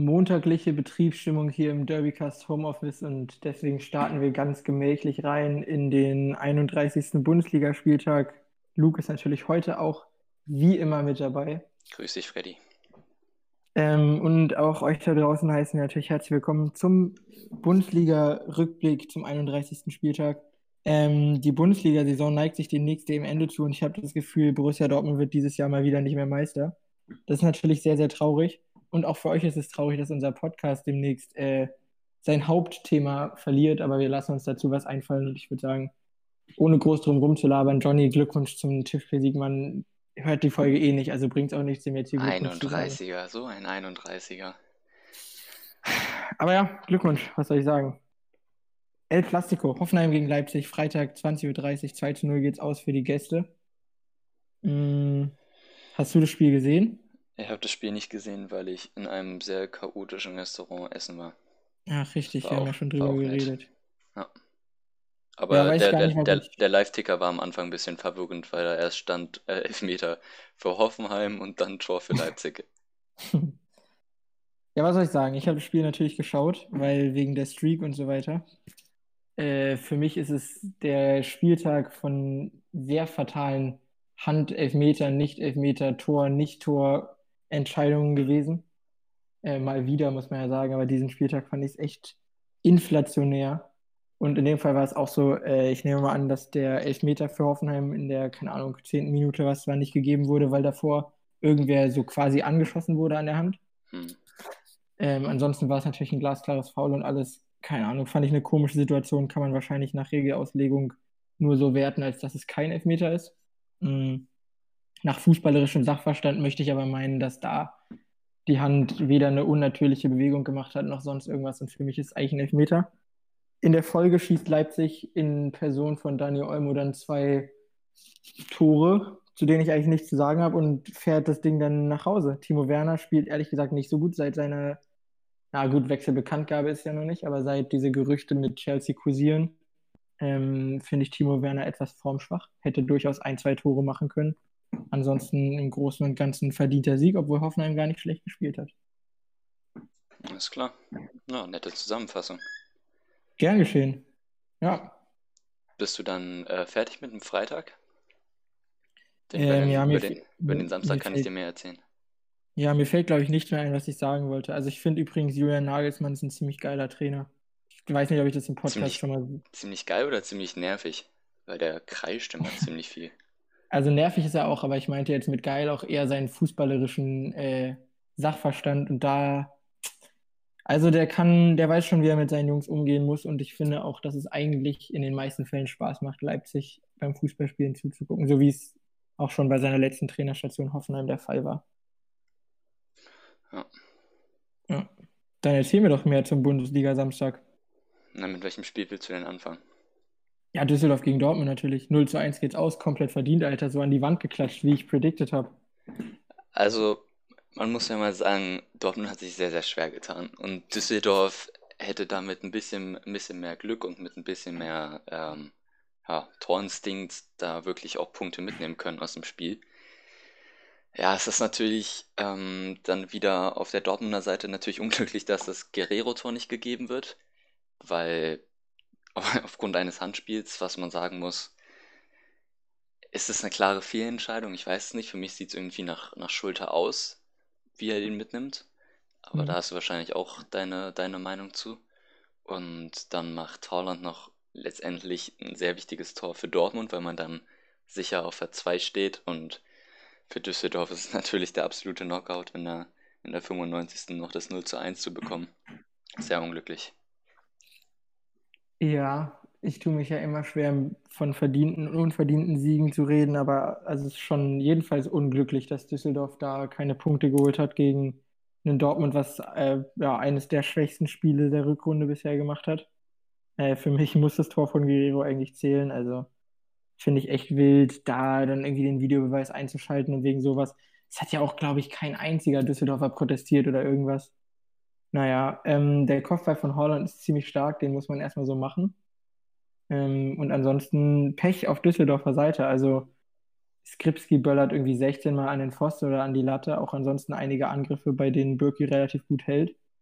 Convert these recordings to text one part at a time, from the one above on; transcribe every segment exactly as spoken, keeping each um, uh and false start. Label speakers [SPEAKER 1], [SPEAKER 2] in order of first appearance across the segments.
[SPEAKER 1] montagliche Betriebsstimmung hier im Derbycast Homeoffice und deswegen starten wir ganz gemächlich rein in den einunddreißigsten Bundesligaspieltag. Luke ist natürlich heute auch wie immer mit dabei.
[SPEAKER 2] Grüß dich, Freddy.
[SPEAKER 1] Ähm, und auch euch da draußen heißen wir natürlich herzlich willkommen zum Bundesliga-Rückblick zum einunddreißigsten Spieltag. Ähm, die Bundesliga-Saison neigt sich demnächst dem Ende zu und ich habe das Gefühl, Borussia Dortmund wird dieses Jahr mal wieder nicht mehr Meister. Das ist natürlich sehr, sehr traurig. Und auch für euch ist es traurig, dass unser Podcast demnächst äh, sein Hauptthema verliert, aber wir lassen uns dazu was einfallen und ich würde sagen, ohne groß drum rumzulabern, Johnny, Glückwunsch zum Tippspiel-Sieg. Man hört die Folge eh nicht, also bringt es auch nichts, dem jetzt hier Glückwunsch zu sagen.
[SPEAKER 2] einunddreißiger, so ein einunddreißiger.
[SPEAKER 1] Aber ja, Glückwunsch, was soll ich sagen? El Clasico, Hoffenheim gegen Leipzig, Freitag zwanzig Uhr dreißig, zwei zu null geht's aus für die Gäste. Hm, hast du das Spiel gesehen?
[SPEAKER 2] Ich habe das Spiel nicht gesehen, weil ich in einem sehr chaotischen Restaurant essen war.
[SPEAKER 1] Ach, richtig,
[SPEAKER 2] War
[SPEAKER 1] wir haben
[SPEAKER 2] auch,
[SPEAKER 1] ja schon
[SPEAKER 2] war
[SPEAKER 1] drüber
[SPEAKER 2] auch nett.
[SPEAKER 1] geredet.
[SPEAKER 2] Ja.
[SPEAKER 1] Ja,
[SPEAKER 2] Aber
[SPEAKER 1] weiß ich
[SPEAKER 2] der,
[SPEAKER 1] gar
[SPEAKER 2] der,
[SPEAKER 1] nicht, was
[SPEAKER 2] der,
[SPEAKER 1] ich.
[SPEAKER 2] der Live-Ticker war am Anfang ein bisschen verwirrend, weil da erst stand äh, Elfmeter für Hoffenheim und dann Tor für Leipzig.
[SPEAKER 1] Ja, was soll ich sagen? Ich habe das Spiel natürlich geschaut, weil wegen der Streak und so weiter. Äh, für mich ist es der Spieltag von sehr fatalen Hand-Elfmeter, Nicht-Elfmeter, Tor, Nicht-Tor Entscheidungen gewesen. Äh, mal wieder, muss man ja sagen, aber diesen Spieltag fand ich es echt inflationär. Und in dem Fall war es auch so, äh, ich nehme mal an, dass der Elfmeter für Hoffenheim in der, keine Ahnung, zehnten Minute was zwar nicht gegeben wurde, weil davor irgendwer so quasi angeschossen wurde an der Hand.
[SPEAKER 2] Hm.
[SPEAKER 1] Ähm, ansonsten war es natürlich ein glasklares Foul und alles, keine Ahnung, fand ich eine komische Situation, kann man wahrscheinlich nach Regelauslegung nur so werten, als dass es kein Elfmeter ist. Mm. Nach fußballerischem Sachverstand möchte ich aber meinen, dass da die Hand weder eine unnatürliche Bewegung gemacht hat, noch sonst irgendwas und für mich ist es eigentlich ein Elfmeter. In der Folge schießt Leipzig in Person von Dani Olmo dann zwei Tore, zu denen ich eigentlich nichts zu sagen habe und fährt das Ding dann nach Hause. Timo Werner spielt ehrlich gesagt nicht so gut seit seiner, na gut, Wechselbekanntgabe ist ja noch nicht, aber seit diese Gerüchte mit Chelsea kursieren, ähm, finde ich Timo Werner etwas formschwach. Hätte durchaus ein, zwei Tore machen können. Ansonsten im Großen und Ganzen verdienter Sieg, obwohl Hoffenheim gar nicht schlecht gespielt hat.
[SPEAKER 2] Alles klar. Ja, nette Zusammenfassung.
[SPEAKER 1] Gern geschehen. Ja.
[SPEAKER 2] Bist du dann äh, fertig mit dem Freitag? Den, über,
[SPEAKER 1] Ähm,
[SPEAKER 2] den,
[SPEAKER 1] ja,
[SPEAKER 2] über,
[SPEAKER 1] mir,
[SPEAKER 2] den,
[SPEAKER 1] fe-
[SPEAKER 2] über
[SPEAKER 1] mir,
[SPEAKER 2] den Samstag
[SPEAKER 1] mir
[SPEAKER 2] kann ich
[SPEAKER 1] fällt,
[SPEAKER 2] dir mehr erzählen.
[SPEAKER 1] ja, mir fällt, glaube ich, nicht mehr ein, was ich sagen wollte. Also ich finde übrigens, Julian Nagelsmann ist ein ziemlich geiler Trainer. Ich weiß nicht, ob ich das im Podcast
[SPEAKER 2] Ziemlich,
[SPEAKER 1] schon mal.
[SPEAKER 2] ziemlich geil oder ziemlich nervig? Weil der kreischt immer ziemlich viel.
[SPEAKER 1] Also nervig ist er auch, aber ich meinte jetzt mit geil auch eher seinen fußballerischen äh, Sachverstand und da. Also der kann, der weiß schon, wie er mit seinen Jungs umgehen muss und ich finde auch, dass es eigentlich in den meisten Fällen Spaß macht, Leipzig beim Fußballspielen zuzugucken, so wie es auch schon bei seiner letzten Trainerstation Hoffenheim der Fall war.
[SPEAKER 2] Ja.
[SPEAKER 1] Ja. Dann erzähl mir doch mehr zum Bundesliga-Samstag.
[SPEAKER 2] Na, mit welchem Spiel willst du denn anfangen?
[SPEAKER 1] Ja, Düsseldorf gegen Dortmund natürlich. null zu eins geht's aus, komplett verdient, Alter, so an die Wand geklatscht, wie ich predicted habe.
[SPEAKER 2] Also, man muss ja mal sagen, Dortmund hat sich sehr, sehr schwer getan. Und Düsseldorf hätte damit ein bisschen, ein bisschen mehr Glück und mit ein bisschen mehr ähm, ja, Torinstinkt da wirklich auch Punkte mitnehmen können aus dem Spiel. Ja, es ist natürlich ähm, dann wieder auf der Dortmunder Seite natürlich unglücklich, dass das Guerrero-Tor nicht gegeben wird, weil aufgrund eines Handspiels, was man sagen muss, ist es eine klare Fehlentscheidung. Ich weiß es nicht, für mich sieht es irgendwie nach, nach Schulter aus, wie er den mitnimmt. Aber
[SPEAKER 1] Hm.
[SPEAKER 2] da hast du wahrscheinlich auch deine, deine Meinung zu. Und dann macht Haaland noch letztendlich ein sehr wichtiges Tor für Dortmund, weil man dann sicher auf der zwei steht. Und für Düsseldorf ist es natürlich der absolute Knockout, wenn er in der fünfundneunzigsten noch das null zu eins zu bekommen. Sehr unglücklich.
[SPEAKER 1] Ja, ich tue mich ja immer schwer, von verdienten und unverdienten Siegen zu reden, aber also es ist schon jedenfalls unglücklich, dass Düsseldorf da keine Punkte geholt hat gegen einen Dortmund, was äh, ja eines der schwächsten Spiele der Rückrunde bisher gemacht hat. Äh, für mich muss das Tor von Guerrero eigentlich zählen, also finde ich echt wild, da dann irgendwie den Videobeweis einzuschalten und wegen sowas. Es hat ja auch, glaube ich, kein einziger Düsseldorfer protestiert oder irgendwas. Naja, ähm, der Kopfball von Haaland ist ziemlich stark, den muss man erstmal so machen. Ähm, und ansonsten Pech auf Düsseldorfer Seite. Also Skripski böllert irgendwie sechzehn Mal an den Pfosten oder an die Latte. Auch ansonsten einige Angriffe, bei denen Birki relativ gut hält.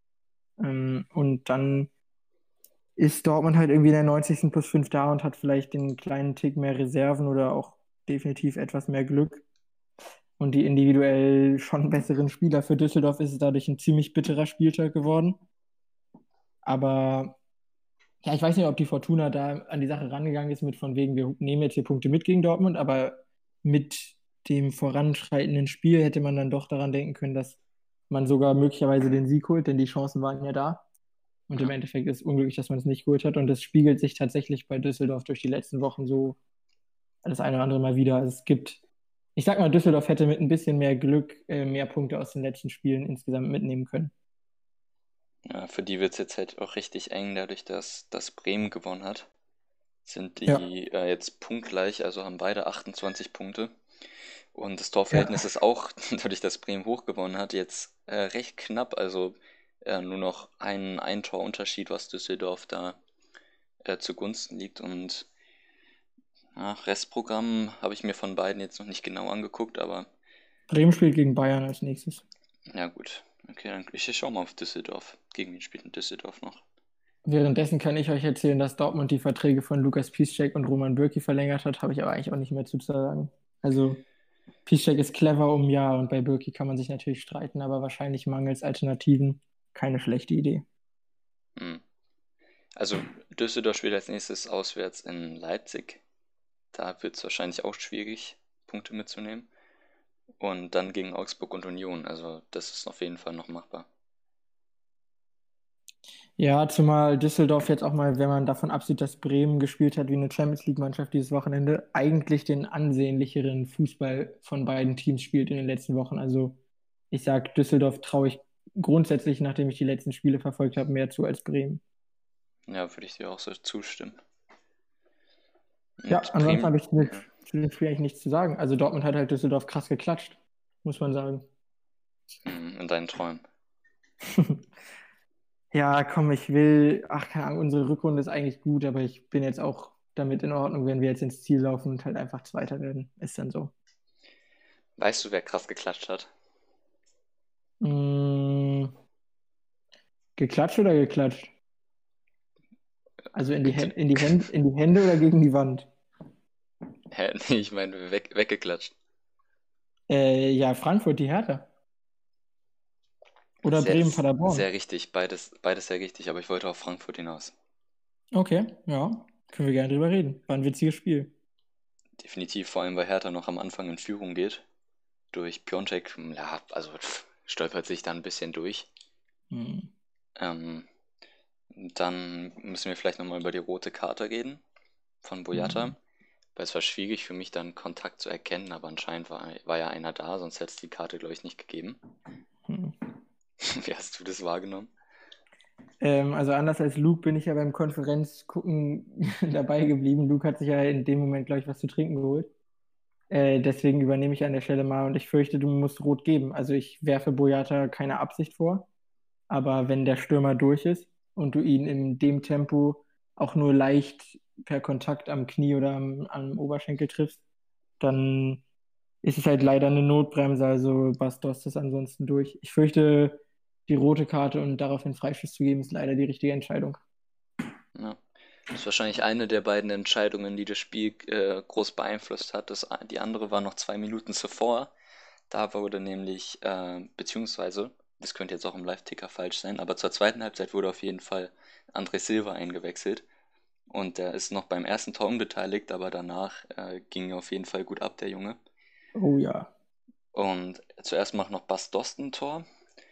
[SPEAKER 1] Ähm, und dann ist Dortmund halt irgendwie in der neunzigsten plus fünf da und hat vielleicht den kleinen Tick mehr Reserven oder auch definitiv etwas mehr Glück. Und die individuell schon besseren Spieler. Für Düsseldorf ist es dadurch ein ziemlich bitterer Spieltag geworden. Aber ja, ich weiß nicht, ob die Fortuna da an die Sache rangegangen ist mit von wegen, wir nehmen jetzt hier Punkte mit gegen Dortmund, aber mit dem voranschreitenden Spiel hätte man dann doch daran denken können, dass man sogar möglicherweise den Sieg holt, denn die Chancen waren ja da. Und im
[SPEAKER 2] Ja.
[SPEAKER 1] Endeffekt ist es unglücklich, dass man es nicht geholt hat. Und das spiegelt sich tatsächlich bei Düsseldorf durch die letzten Wochen so das eine oder andere Mal wieder. Also es gibt, ich sag mal, Düsseldorf hätte mit ein bisschen mehr Glück äh, mehr Punkte aus den letzten Spielen insgesamt mitnehmen können.
[SPEAKER 2] Ja, für die wird es jetzt halt auch richtig eng, dadurch, dass, dass Bremen gewonnen hat. Sind
[SPEAKER 1] Ja,
[SPEAKER 2] die äh, jetzt punktgleich, also haben beide achtundzwanzig Punkte. Und das
[SPEAKER 1] ja.
[SPEAKER 2] Torverhältnis ist auch, dadurch, dass Bremen hochgewonnen hat, jetzt äh, recht knapp. Also äh, nur noch ein, ein Torunterschied, was Düsseldorf da äh, zugunsten liegt. Und ja, Restprogramm habe ich mir von beiden jetzt noch nicht genau angeguckt, aber
[SPEAKER 1] Bremen spielt gegen Bayern als nächstes.
[SPEAKER 2] ja gut. Okay, dann ich schau mal auf Düsseldorf. Gegen wen spielt denn Düsseldorf noch?
[SPEAKER 1] Währenddessen kann ich euch erzählen, dass Dortmund die Verträge von Lukas Piszczek und Roman Bürki verlängert hat, habe ich aber eigentlich auch nicht mehr zu sagen. Also Piszczek ist clever um ja und bei Bürki kann man sich natürlich streiten, aber wahrscheinlich mangels Alternativen keine schlechte Idee.
[SPEAKER 2] Hm. Also Düsseldorf spielt als nächstes auswärts in Leipzig. Da wird es wahrscheinlich auch schwierig, Punkte mitzunehmen. Und dann gegen Augsburg und Union. Also das ist auf jeden Fall noch machbar.
[SPEAKER 1] Ja, zumal Düsseldorf jetzt auch mal, wenn man davon absieht, dass Bremen gespielt hat wie eine Champions League-Mannschaft dieses Wochenende, eigentlich den ansehnlicheren Fußball von beiden Teams spielt in den letzten Wochen. Also ich sage, Düsseldorf traue ich grundsätzlich, nachdem ich die letzten Spiele verfolgt habe, mehr zu als Bremen.
[SPEAKER 2] Ja, würde ich dir auch so zustimmen.
[SPEAKER 1] Ja,
[SPEAKER 2] Und
[SPEAKER 1] ansonsten
[SPEAKER 2] Bremen,
[SPEAKER 1] habe ich zu dem
[SPEAKER 2] ja,
[SPEAKER 1] zu dem Spiel eigentlich nichts zu sagen. Also Dortmund hat halt Düsseldorf krass geklatscht, muss man sagen.
[SPEAKER 2] hm, in deinen Träumen.
[SPEAKER 1] Ja, komm, ich will, ach keine Ahnung, unsere Rückrunde ist eigentlich gut, aber ich bin jetzt auch damit in Ordnung, wenn wir jetzt ins Ziel laufen und halt einfach Zweiter werden. Ist dann so.
[SPEAKER 2] Weißt du, wer krass geklatscht hat?
[SPEAKER 1] Mm, geklatscht oder geklatscht? Also in die,
[SPEAKER 2] Bitte.
[SPEAKER 1] Hände, in die Hände, in die Hände oder gegen die Wand?
[SPEAKER 2] Hä? Nee, ich meine weg, weggeklatscht.
[SPEAKER 1] Äh, ja, Frankfurt, die Hertha. Oder
[SPEAKER 2] Sehr,
[SPEAKER 1] Bremen, Paderborn.
[SPEAKER 2] sehr richtig, beides, beides sehr richtig, aber ich wollte auf Frankfurt hinaus.
[SPEAKER 1] Okay, ja, können wir gerne drüber reden. War ein witziges Spiel.
[SPEAKER 2] Definitiv, vor allem weil Hertha noch am Anfang in Führung geht. Durch Piontek, ja, also pff, stolpert sich da ein bisschen durch.
[SPEAKER 1] Hm.
[SPEAKER 2] Ähm, Dann müssen wir vielleicht nochmal über die rote Karte reden von Boyata.
[SPEAKER 1] Hm.
[SPEAKER 2] Weil es war schwierig für mich dann Kontakt zu erkennen, aber anscheinend war, war ja einer da, sonst hätte es die Karte, glaube ich, nicht gegeben.
[SPEAKER 1] Hm.
[SPEAKER 2] Wie hast du das wahrgenommen?
[SPEAKER 1] Ähm, also anders als Luke bin ich ja beim Konferenzgucken dabei geblieben. Luke hat sich ja in dem Moment, glaube ich, was zu trinken geholt. Äh, deswegen übernehme ich an der Stelle mal und ich fürchte, du musst rot geben. Also ich werfe Boyata keine Absicht vor, aber wenn der Stürmer durch ist und du ihn in dem Tempo auch nur leicht per Kontakt am Knie oder am, am Oberschenkel triffst, dann ist es halt leider eine Notbremse, also Bastos ist ansonsten durch. Ich fürchte, die rote Karte und daraufhin Freischuss zu geben, ist leider die richtige Entscheidung.
[SPEAKER 2] Ja. Das ist wahrscheinlich eine der beiden Entscheidungen, die das Spiel äh, groß beeinflusst hat. Das, die andere war noch zwei Minuten zuvor. Da wurde nämlich, äh, beziehungsweise, das könnte jetzt auch im Live-Ticker falsch sein, aber zur zweiten Halbzeit wurde auf jeden Fall André Silva eingewechselt. Und der ist noch beim ersten Tor unbeteiligt, aber danach äh, ging er auf jeden Fall gut ab, der Junge.
[SPEAKER 1] Oh ja.
[SPEAKER 2] Und zuerst macht noch Bas Dost ein Tor.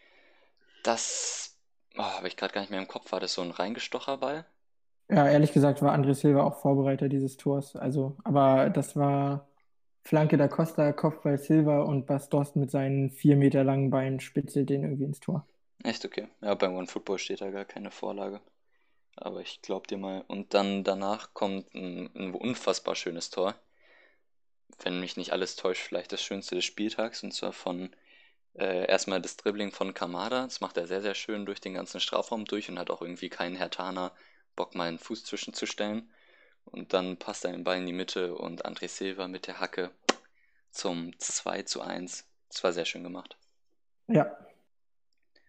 [SPEAKER 2] Das oh, habe ich gerade gar nicht mehr im Kopf. War das so ein Reingestocherball?
[SPEAKER 1] Ja, ehrlich gesagt war André Silva auch Vorbereiter dieses Tors. Also, aber das war Flanke da Costa, Kopfball Silva und Bas Dost mit seinen vier Meter langen Beinen spitzelt den irgendwie ins Tor.
[SPEAKER 2] Echt okay. Ja, beim OneFootball steht da gar keine Vorlage. Aber ich glaub dir mal. Und dann danach kommt ein, ein unfassbar schönes Tor. Wenn mich nicht alles täuscht, vielleicht das schönste des Spieltags. Und zwar von äh, erstmal das Dribbling von Kamada. Das macht er sehr, sehr schön durch den ganzen Strafraum durch und hat auch irgendwie keinen Hertaner Bock, mal einen Fuß zwischenzustellen. Und dann passt er den Ball in die Mitte und André Silva mit der Hacke zum zwei zu eins. Das war sehr schön gemacht.
[SPEAKER 1] Ja,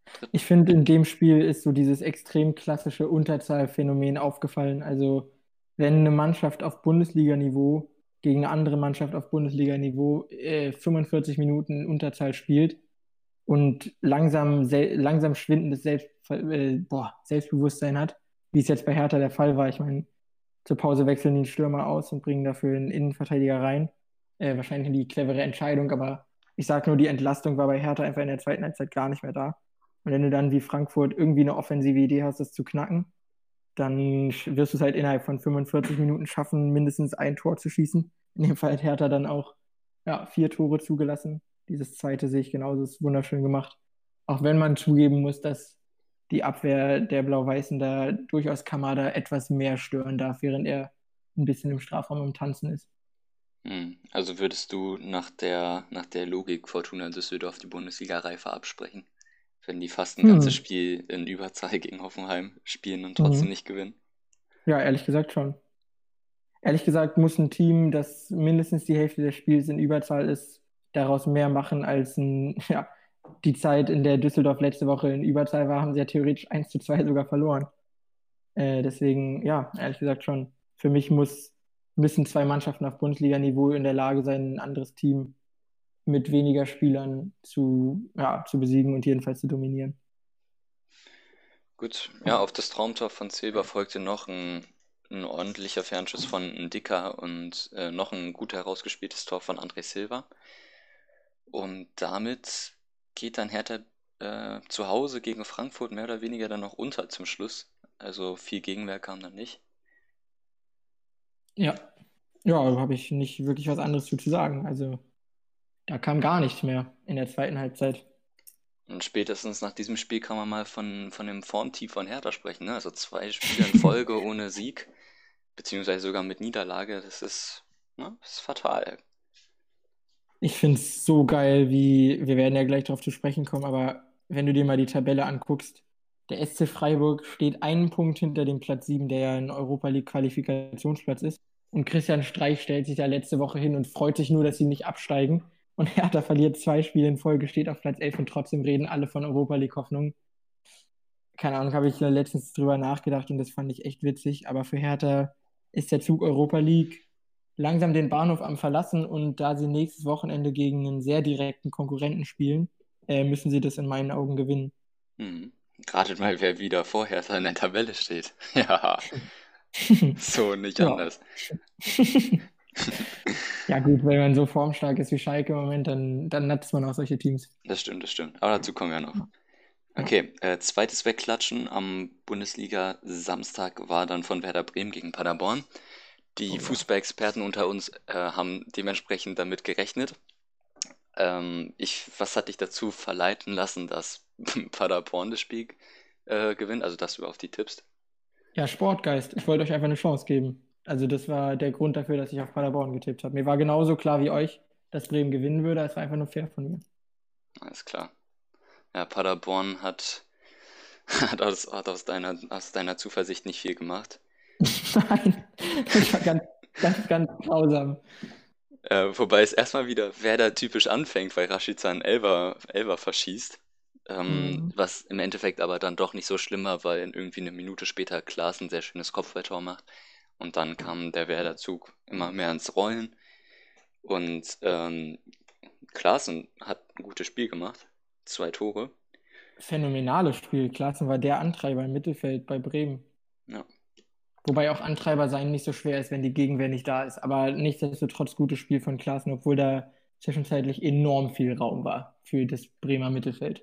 [SPEAKER 1] Ich finde, in dem Spiel ist so dieses extrem klassische Unterzahlphänomen aufgefallen. Also, wenn eine Mannschaft auf Bundesliga-Niveau gegen eine andere Mannschaft auf Bundesliga-Niveau äh, fünfundvierzig Minuten Unterzahl spielt und langsam, sel langsam schwindendes Selbst äh, boah, Selbstbewusstsein hat, wie es jetzt bei Hertha der Fall war. Ich meine, zur Pause wechseln die einen Stürmer aus und bringen dafür einen Innenverteidiger rein. Äh, wahrscheinlich die clevere Entscheidung, aber ich sage nur, die Entlastung war bei Hertha einfach in der zweiten Halbzeit gar nicht mehr da. Und wenn du dann wie Frankfurt irgendwie eine offensive Idee hast, das zu knacken, dann wirst du es halt innerhalb von fünfundvierzig Minuten schaffen, mindestens ein Tor zu schießen. In dem Fall hat Hertha dann auch ja, vier Tore zugelassen. Dieses zweite sehe ich genauso, ist wunderschön gemacht. Auch wenn man zugeben muss, dass die Abwehr der Blau-Weißen da durchaus Kamada etwas mehr stören darf, während er ein bisschen im Strafraum im Tanzen ist.
[SPEAKER 2] Hm. Also würdest du nach der, nach der Logik Fortuna Düsseldorf die Bundesliga-Reife absprechen, wenn die fast ein ganzes
[SPEAKER 1] Hm.
[SPEAKER 2] Spiel in Überzahl gegen Hoffenheim spielen und trotzdem
[SPEAKER 1] Mhm.
[SPEAKER 2] nicht gewinnen?
[SPEAKER 1] Ja, ehrlich gesagt schon. Ehrlich gesagt muss ein Team, das mindestens die Hälfte des Spiels in Überzahl ist, daraus mehr machen als ein, ja, die Zeit, in der Düsseldorf letzte Woche in Überzahl war, haben sie ja theoretisch eins zu zwei sogar verloren. Äh, deswegen, ja, ehrlich gesagt schon. Für mich muss, müssen zwei Mannschaften auf Bundesliga-Niveau in der Lage sein, ein anderes Team mit weniger Spielern zu, ja, zu besiegen und jedenfalls zu dominieren.
[SPEAKER 2] Gut, ja, auf das Traumtor von Silva folgte noch ein, ein ordentlicher Fernschuss von Ndicka und äh, noch ein gut herausgespieltes Tor von André Silva. Und damit geht dann Hertha äh, zu Hause gegen Frankfurt mehr oder weniger dann noch unter zum Schluss. Also viel Gegenwehr kam dann nicht.
[SPEAKER 1] Ja, ja, habe ich nicht wirklich was anderes zu, zu sagen. Also da kam gar nichts mehr in der zweiten Halbzeit.
[SPEAKER 2] Und spätestens nach diesem Spiel kann man mal von, von dem Formtief von Hertha sprechen. Ne? Also zwei Spiele in Folge ohne Sieg, beziehungsweise sogar mit Niederlage. Das ist, ne, das ist fatal.
[SPEAKER 1] Ich finde es so geil, wie, wir werden ja gleich darauf zu sprechen kommen, aber wenn du dir mal die Tabelle anguckst, der S C Freiburg steht einen Punkt hinter dem Platz sieben, der ja ein Europa League Qualifikationsplatz ist. Und Christian Streich stellt sich da letzte Woche hin und freut sich nur, dass sie nicht absteigen. Und Hertha verliert zwei Spiele in Folge, steht auf Platz elf und trotzdem reden alle von Europa League Hoffnung. Keine Ahnung, habe ich letztens drüber nachgedacht und das fand ich echt witzig. Aber für Hertha ist der Zug Europa League langsam den Bahnhof am Verlassen und da sie nächstes Wochenende gegen einen sehr direkten Konkurrenten spielen, äh, müssen sie das in meinen Augen gewinnen.
[SPEAKER 2] Hm. Ratet mal, wer wieder vor Hertha in der Tabelle steht. Ja, so nicht
[SPEAKER 1] Ja.
[SPEAKER 2] anders.
[SPEAKER 1] Ja, gut, wenn man so formstark ist wie Schalke im Moment, dann, dann nutzt man auch solche Teams.
[SPEAKER 2] Das stimmt, das stimmt. Aber dazu kommen wir noch.
[SPEAKER 1] Ja.
[SPEAKER 2] Okay, äh, zweites Wegklatschen am Bundesliga-Samstag war dann von Werder Bremen gegen Paderborn. Die
[SPEAKER 1] Oh ja.
[SPEAKER 2] Fußballexperten unter uns äh, haben dementsprechend damit gerechnet. Ähm, ich, was hat dich dazu verleiten lassen, dass Paderborn das Spiel äh, gewinnt? Also, dass du auf die tippst?
[SPEAKER 1] Ja, Sportgeist. Ich wollte euch einfach eine Chance geben. Also das war der Grund dafür, dass ich auf Paderborn getippt habe. Mir war genauso klar wie euch, dass Bremen gewinnen würde. Es war einfach nur fair von mir.
[SPEAKER 2] Alles klar. Ja, Paderborn hat, hat, aus, hat aus deiner, aus deiner Zuversicht nicht viel gemacht.
[SPEAKER 1] Nein, das war ganz, ganz, ganz grausam.
[SPEAKER 2] Äh, wobei es erstmal wieder Werder typisch anfängt, weil Rashica einen Elfer, Elfer verschießt. Ähm,
[SPEAKER 1] Mhm.
[SPEAKER 2] was im Endeffekt aber dann doch nicht so schlimm war, weil irgendwie eine Minute später Klaas ein sehr schönes Kopfballtor macht. Und dann kam der Werder-Zug immer mehr ins Rollen. Und ähm, Klaassen hat ein gutes Spiel gemacht. Zwei Tore.
[SPEAKER 1] Phänomenales Spiel. Klaassen war der Antreiber im Mittelfeld bei Bremen.
[SPEAKER 2] Ja.
[SPEAKER 1] Wobei auch Antreiber sein nicht so schwer ist, wenn die Gegenwehr nicht da ist. Aber nichtsdestotrotz gutes Spiel von Klaassen, obwohl da zwischenzeitlich enorm viel Raum war für das Bremer Mittelfeld.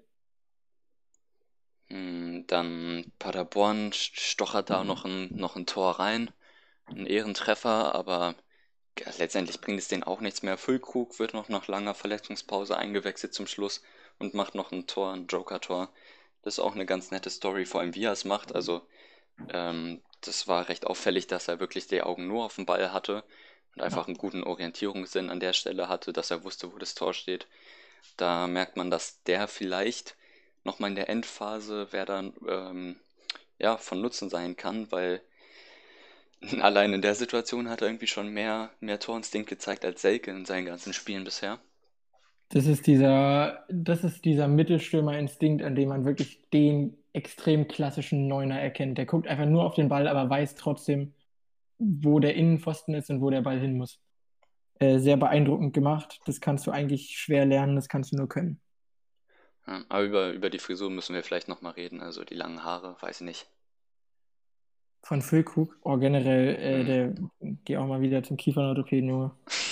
[SPEAKER 2] Hm, Dann Paderborn stochert da noch ein, noch ein Tor rein. Ein Ehrentreffer, aber ja, letztendlich bringt es denen auch nichts mehr. Füllkrug wird noch nach langer Verletzungspause eingewechselt zum Schluss und macht noch ein Tor, ein Joker-Tor. Das ist auch eine ganz nette Story, vor allem wie er es macht. Also, ähm, das war recht auffällig, dass er wirklich die Augen nur auf den Ball hatte und einfach
[SPEAKER 1] Ja.
[SPEAKER 2] einen guten Orientierungssinn an der Stelle hatte, dass er wusste, wo das Tor steht. Da merkt man, dass der vielleicht nochmal in der Endphase, wer dann ähm, ja, von Nutzen sein kann, weil allein in der Situation hat er irgendwie schon mehr, mehr Torinstinkt gezeigt als Selke in seinen ganzen Spielen bisher.
[SPEAKER 1] Das ist dieser, das ist dieser Mittelstürmer-Instinkt, an dem man wirklich den extrem klassischen Neuner erkennt. Der guckt einfach nur auf den Ball, aber weiß trotzdem, wo der Innenpfosten ist und wo der Ball hin muss. Äh, sehr beeindruckend gemacht. Das kannst du eigentlich schwer lernen, das kannst du nur können.
[SPEAKER 2] Ja, aber über, über die Frisur müssen wir vielleicht nochmal reden. Also die langen Haare, weiß ich nicht.
[SPEAKER 1] Von Füllkrug, oh, generell, äh,
[SPEAKER 2] Hm.
[SPEAKER 1] der geh auch mal wieder zum Kieferorthopäden, Junge.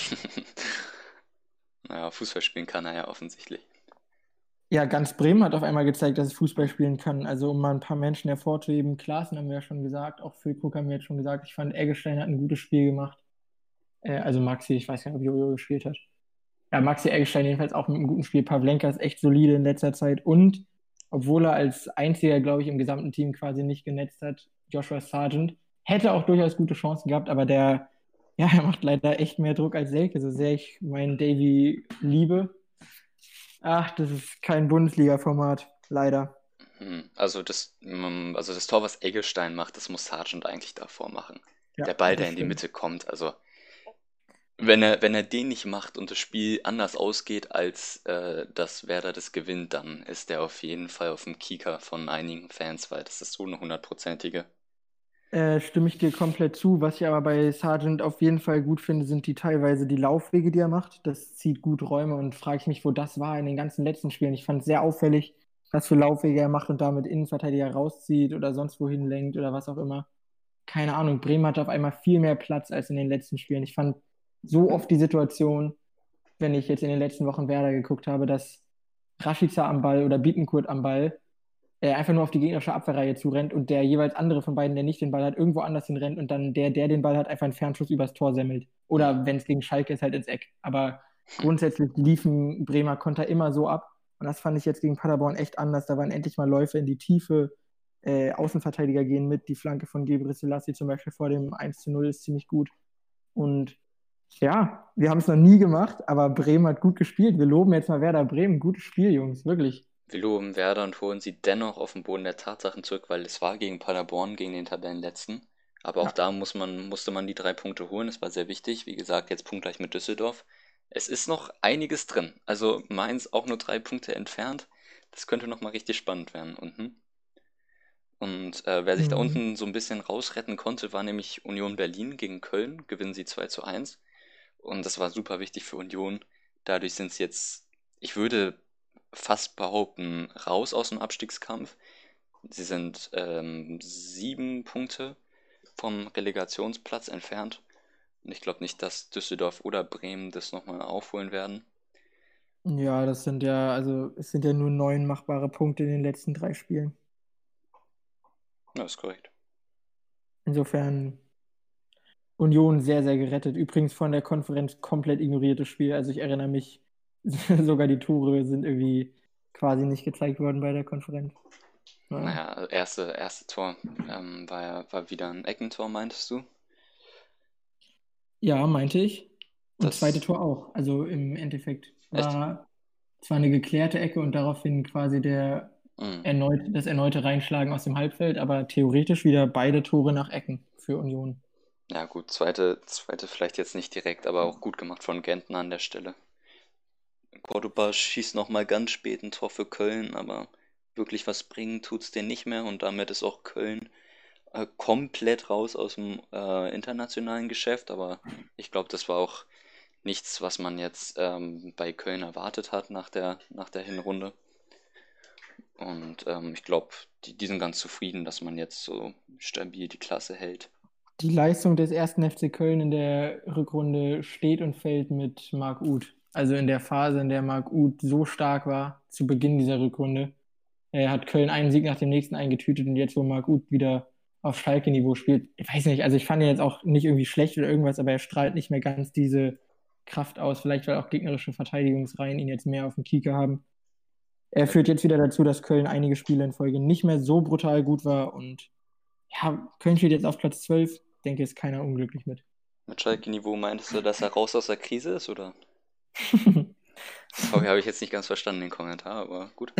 [SPEAKER 2] Naja, Fußball spielen kann er ja offensichtlich.
[SPEAKER 1] Ja, ganz Bremen hat auf einmal gezeigt, dass es Fußball spielen kann. Also, um mal ein paar Menschen hervorzuheben, Klaassen haben wir ja schon gesagt, auch Füllkrug haben wir jetzt schon gesagt. Ich fand, Eggestein hat ein gutes Spiel gemacht. Äh, also Maxi, ich weiß gar nicht, ob Jojo gespielt hat. Ja, Maxi Eggestein jedenfalls auch mit einem guten Spiel. Pavlenka ist echt solide in letzter Zeit. Und obwohl er als einziger, glaube ich, im gesamten Team quasi nicht genetzt hat, Joshua Sargent, hätte auch durchaus gute Chancen gehabt, aber der, ja, er macht leider echt mehr Druck als Selke, so sehr ich meinen Davy liebe. Ach, das ist kein Bundesliga-Format, leider.
[SPEAKER 2] Hm. Also das, mm, also das Tor, was Eggestein macht, das muss Sargent eigentlich davor machen.
[SPEAKER 1] Ja,
[SPEAKER 2] Der Ball,
[SPEAKER 1] das
[SPEAKER 2] der in die
[SPEAKER 1] stimmt.
[SPEAKER 2] Mitte kommt, also wenn er, wenn er den nicht macht und das Spiel anders ausgeht, als äh, dass Werder das gewinnt, dann ist der auf jeden Fall auf dem Kieker von einigen Fans, weil das ist so eine hundertprozentige.
[SPEAKER 1] Äh, stimme ich dir komplett zu. Was ich aber bei Sargent auf jeden Fall gut finde, sind die teilweise die Laufwege, die er macht. Das zieht gut Räume und frage ich mich, wo das war in den ganzen letzten Spielen. Ich fand es sehr auffällig, was für Laufwege er macht und damit Innenverteidiger rauszieht oder sonst wohin lenkt oder was auch immer. Keine Ahnung. Bremen hatte auf einmal viel mehr Platz als in den letzten Spielen. Ich fand so oft die Situation, wenn ich jetzt in den letzten Wochen Werder geguckt habe, dass Rashica am Ball oder Bittencourt am Ball äh, einfach nur auf die gegnerische Abwehrreihe zurennt und der jeweils andere von beiden, der nicht den Ball hat, irgendwo anders hinrennt und dann der, der den Ball hat, einfach einen Fernschuss übers Tor semmelt.
[SPEAKER 2] Hm.
[SPEAKER 1] Oder wenn es gegen Schalke ist, halt ins Eck. Aber grundsätzlich liefen Bremer Konter immer so ab. Und das fand ich jetzt gegen Paderborn echt anders. Da waren endlich mal Läufe in die Tiefe. Äh, Außenverteidiger gehen mit. Die Flanke von Gebre Selassie zum Beispiel vor dem eins zu null ist ziemlich gut. Und ja, wir haben es noch nie gemacht, aber Bremen hat gut gespielt. Wir loben jetzt mal Werder Bremen. Gutes Spiel, Jungs, wirklich.
[SPEAKER 2] Wir loben Werder und holen sie dennoch auf den Boden der Tatsachen zurück, weil es war gegen Paderborn, gegen den Tabellenletzten. Aber auch
[SPEAKER 1] Ja,
[SPEAKER 2] da muss man, musste man die drei Punkte holen. Das war sehr wichtig. Wie gesagt, jetzt punktgleich mit Düsseldorf. Es ist noch einiges drin. Also Mainz auch nur drei Punkte entfernt. Das könnte noch mal richtig spannend werden unten. Und äh, wer sich da
[SPEAKER 1] mhm.
[SPEAKER 2] unten so ein bisschen rausretten konnte, war nämlich Union Berlin gegen Köln. Gewinnen sie zwei zu eins. Und das war super wichtig für Union. Dadurch sind sie jetzt, ich würde fast behaupten, raus aus dem Abstiegskampf. Sie sind ähm, sieben Punkte vom Relegationsplatz entfernt. Und ich glaube nicht, dass Düsseldorf oder Bremen das nochmal aufholen werden.
[SPEAKER 1] Ja, das sind ja, also es sind ja nur neun machbare Punkte in den letzten drei Spielen.
[SPEAKER 2] Ja, ist korrekt.
[SPEAKER 1] Insofern Union sehr, sehr gerettet. Übrigens von der Konferenz komplett ignoriertes Spiel. Also ich erinnere mich, sogar die Tore sind irgendwie quasi nicht gezeigt worden bei der Konferenz. Ja,
[SPEAKER 2] Naja, also erste, erste Tor ähm, war, ja- war wieder ein Eckentor, meintest du?
[SPEAKER 1] ja, meinte ich. Und zweite
[SPEAKER 2] Das,
[SPEAKER 1] Tor auch. Also im Endeffekt
[SPEAKER 2] echt?
[SPEAKER 1] war zwar eine geklärte Ecke und daraufhin quasi der
[SPEAKER 2] Mm.
[SPEAKER 1] erneut, das erneute Reinschlagen aus dem Halbfeld, aber theoretisch wieder beide Tore nach Ecken für Union.
[SPEAKER 2] Ja gut, zweite, zweite vielleicht jetzt nicht direkt, aber auch gut gemacht von Gentner an der Stelle. Cordoba schießt nochmal ganz spät ein Tor für Köln, aber wirklich was bringen tut's denen nicht mehr und damit ist auch Köln äh, komplett raus aus dem äh, internationalen Geschäft, aber ich glaube, das war auch nichts, was man jetzt ähm, bei Köln erwartet hat nach der, nach der Hinrunde. Und ähm, ich glaube, die, die sind ganz zufrieden, dass man jetzt so stabil die Klasse hält.
[SPEAKER 1] Die Leistung des ersten F C Köln in der Rückrunde steht und fällt mit Marc Uth. Also in der Phase, in der Marc Uth so stark war, zu Beginn dieser Rückrunde, er hat Köln einen Sieg nach dem nächsten eingetütet und jetzt, wo Marc Uth wieder auf Schalke-Niveau spielt, ich weiß nicht, also ich fand ihn jetzt auch nicht irgendwie schlecht oder irgendwas, aber er strahlt nicht mehr ganz diese Kraft aus, vielleicht weil auch gegnerische Verteidigungsreihen ihn jetzt mehr auf dem Kieker haben. Er führt jetzt wieder dazu, dass Köln einige Spiele in Folge nicht mehr so brutal gut war und ja, Köln steht jetzt auf Platz zwölf. Denke, ist keiner unglücklich mit.
[SPEAKER 2] Mit Schalke-Niveau meintest du, dass er raus aus der Krise ist, oder? Sorry, habe ich jetzt nicht ganz verstanden, den Kommentar, aber gut.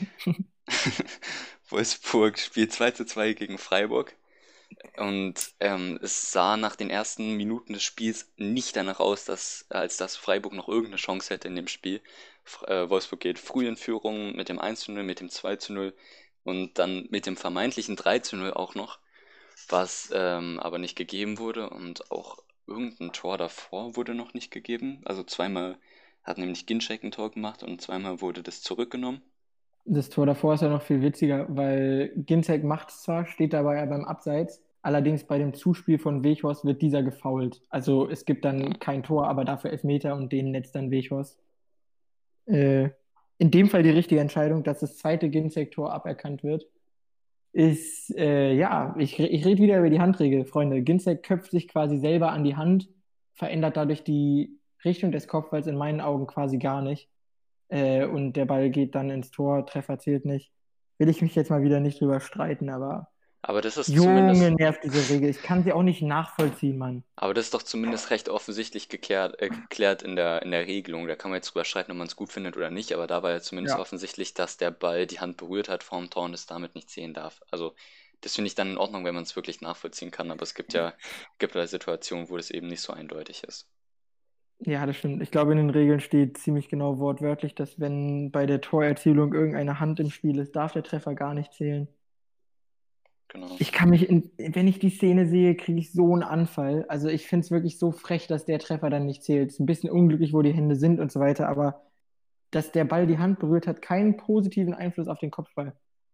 [SPEAKER 2] Wolfsburg spielt zwei zu zwei gegen Freiburg. Und ähm, es sah nach den ersten Minuten des Spiels nicht danach aus, dass, als dass Freiburg noch irgendeine Chance hätte in dem Spiel. F- äh, Wolfsburg geht früh in Führung mit dem eins zu null, mit dem zwei zu null und dann mit dem vermeintlichen drei zu null auch noch, was ähm, aber nicht gegeben wurde und auch irgendein Tor davor wurde noch nicht gegeben. Also zweimal hat nämlich Ginczek ein Tor gemacht und zweimal wurde das zurückgenommen.
[SPEAKER 1] Das Tor davor ist ja noch viel witziger, weil Ginczek macht es zwar, steht dabei aber im Abseits, allerdings bei dem Zuspiel von Weghorst wird dieser gefoult. Also es gibt
[SPEAKER 2] Ja.
[SPEAKER 1] dann kein Tor, aber dafür Elfmeter und den netzt dann Weghorst. Äh, in dem Fall die richtige Entscheidung, dass das zweite Ginczek-Tor aberkannt wird, ist, äh, ja, ich, ich rede wieder über die Handregel, Freunde. Ginczek köpft sich quasi selber an die Hand, verändert dadurch die Richtung des Kopfballs in meinen Augen quasi gar nicht. Äh, und der Ball geht dann ins Tor, Treffer zählt nicht. Will ich mich jetzt mal wieder nicht drüber streiten, aber
[SPEAKER 2] Aber das ist
[SPEAKER 1] Junge,
[SPEAKER 2] zumindest,
[SPEAKER 1] nervt diese Regel. Ich kann sie auch nicht nachvollziehen, Mann.
[SPEAKER 2] aber das ist doch zumindest recht offensichtlich geklärt, äh, geklärt in der, in der Regelung. Da kann man jetzt drüber streiten, ob man es gut findet oder nicht, aber da war ja zumindest
[SPEAKER 1] Ja.
[SPEAKER 2] offensichtlich, dass der Ball die Hand berührt hat vorm Tor und es damit nicht sehen darf. Also das finde ich dann in Ordnung, wenn man es wirklich nachvollziehen kann, aber es gibt ja, gibt ja Situationen, wo das eben nicht so eindeutig ist.
[SPEAKER 1] Ja, das stimmt. Ich glaube, in den Regeln steht ziemlich genau wortwörtlich, dass wenn bei der Torerzielung irgendeine Hand im Spiel ist, darf der Treffer gar nicht zählen.
[SPEAKER 2] Genau.
[SPEAKER 1] Ich kann mich, in, wenn ich die Szene sehe, kriege ich so einen Anfall. Also ich finde es wirklich so frech, dass der Treffer dann nicht zählt. Es ist ein bisschen unglücklich, wo die Hände sind und so weiter, aber dass der Ball die Hand berührt, hat keinen positiven Einfluss auf den Kopfball.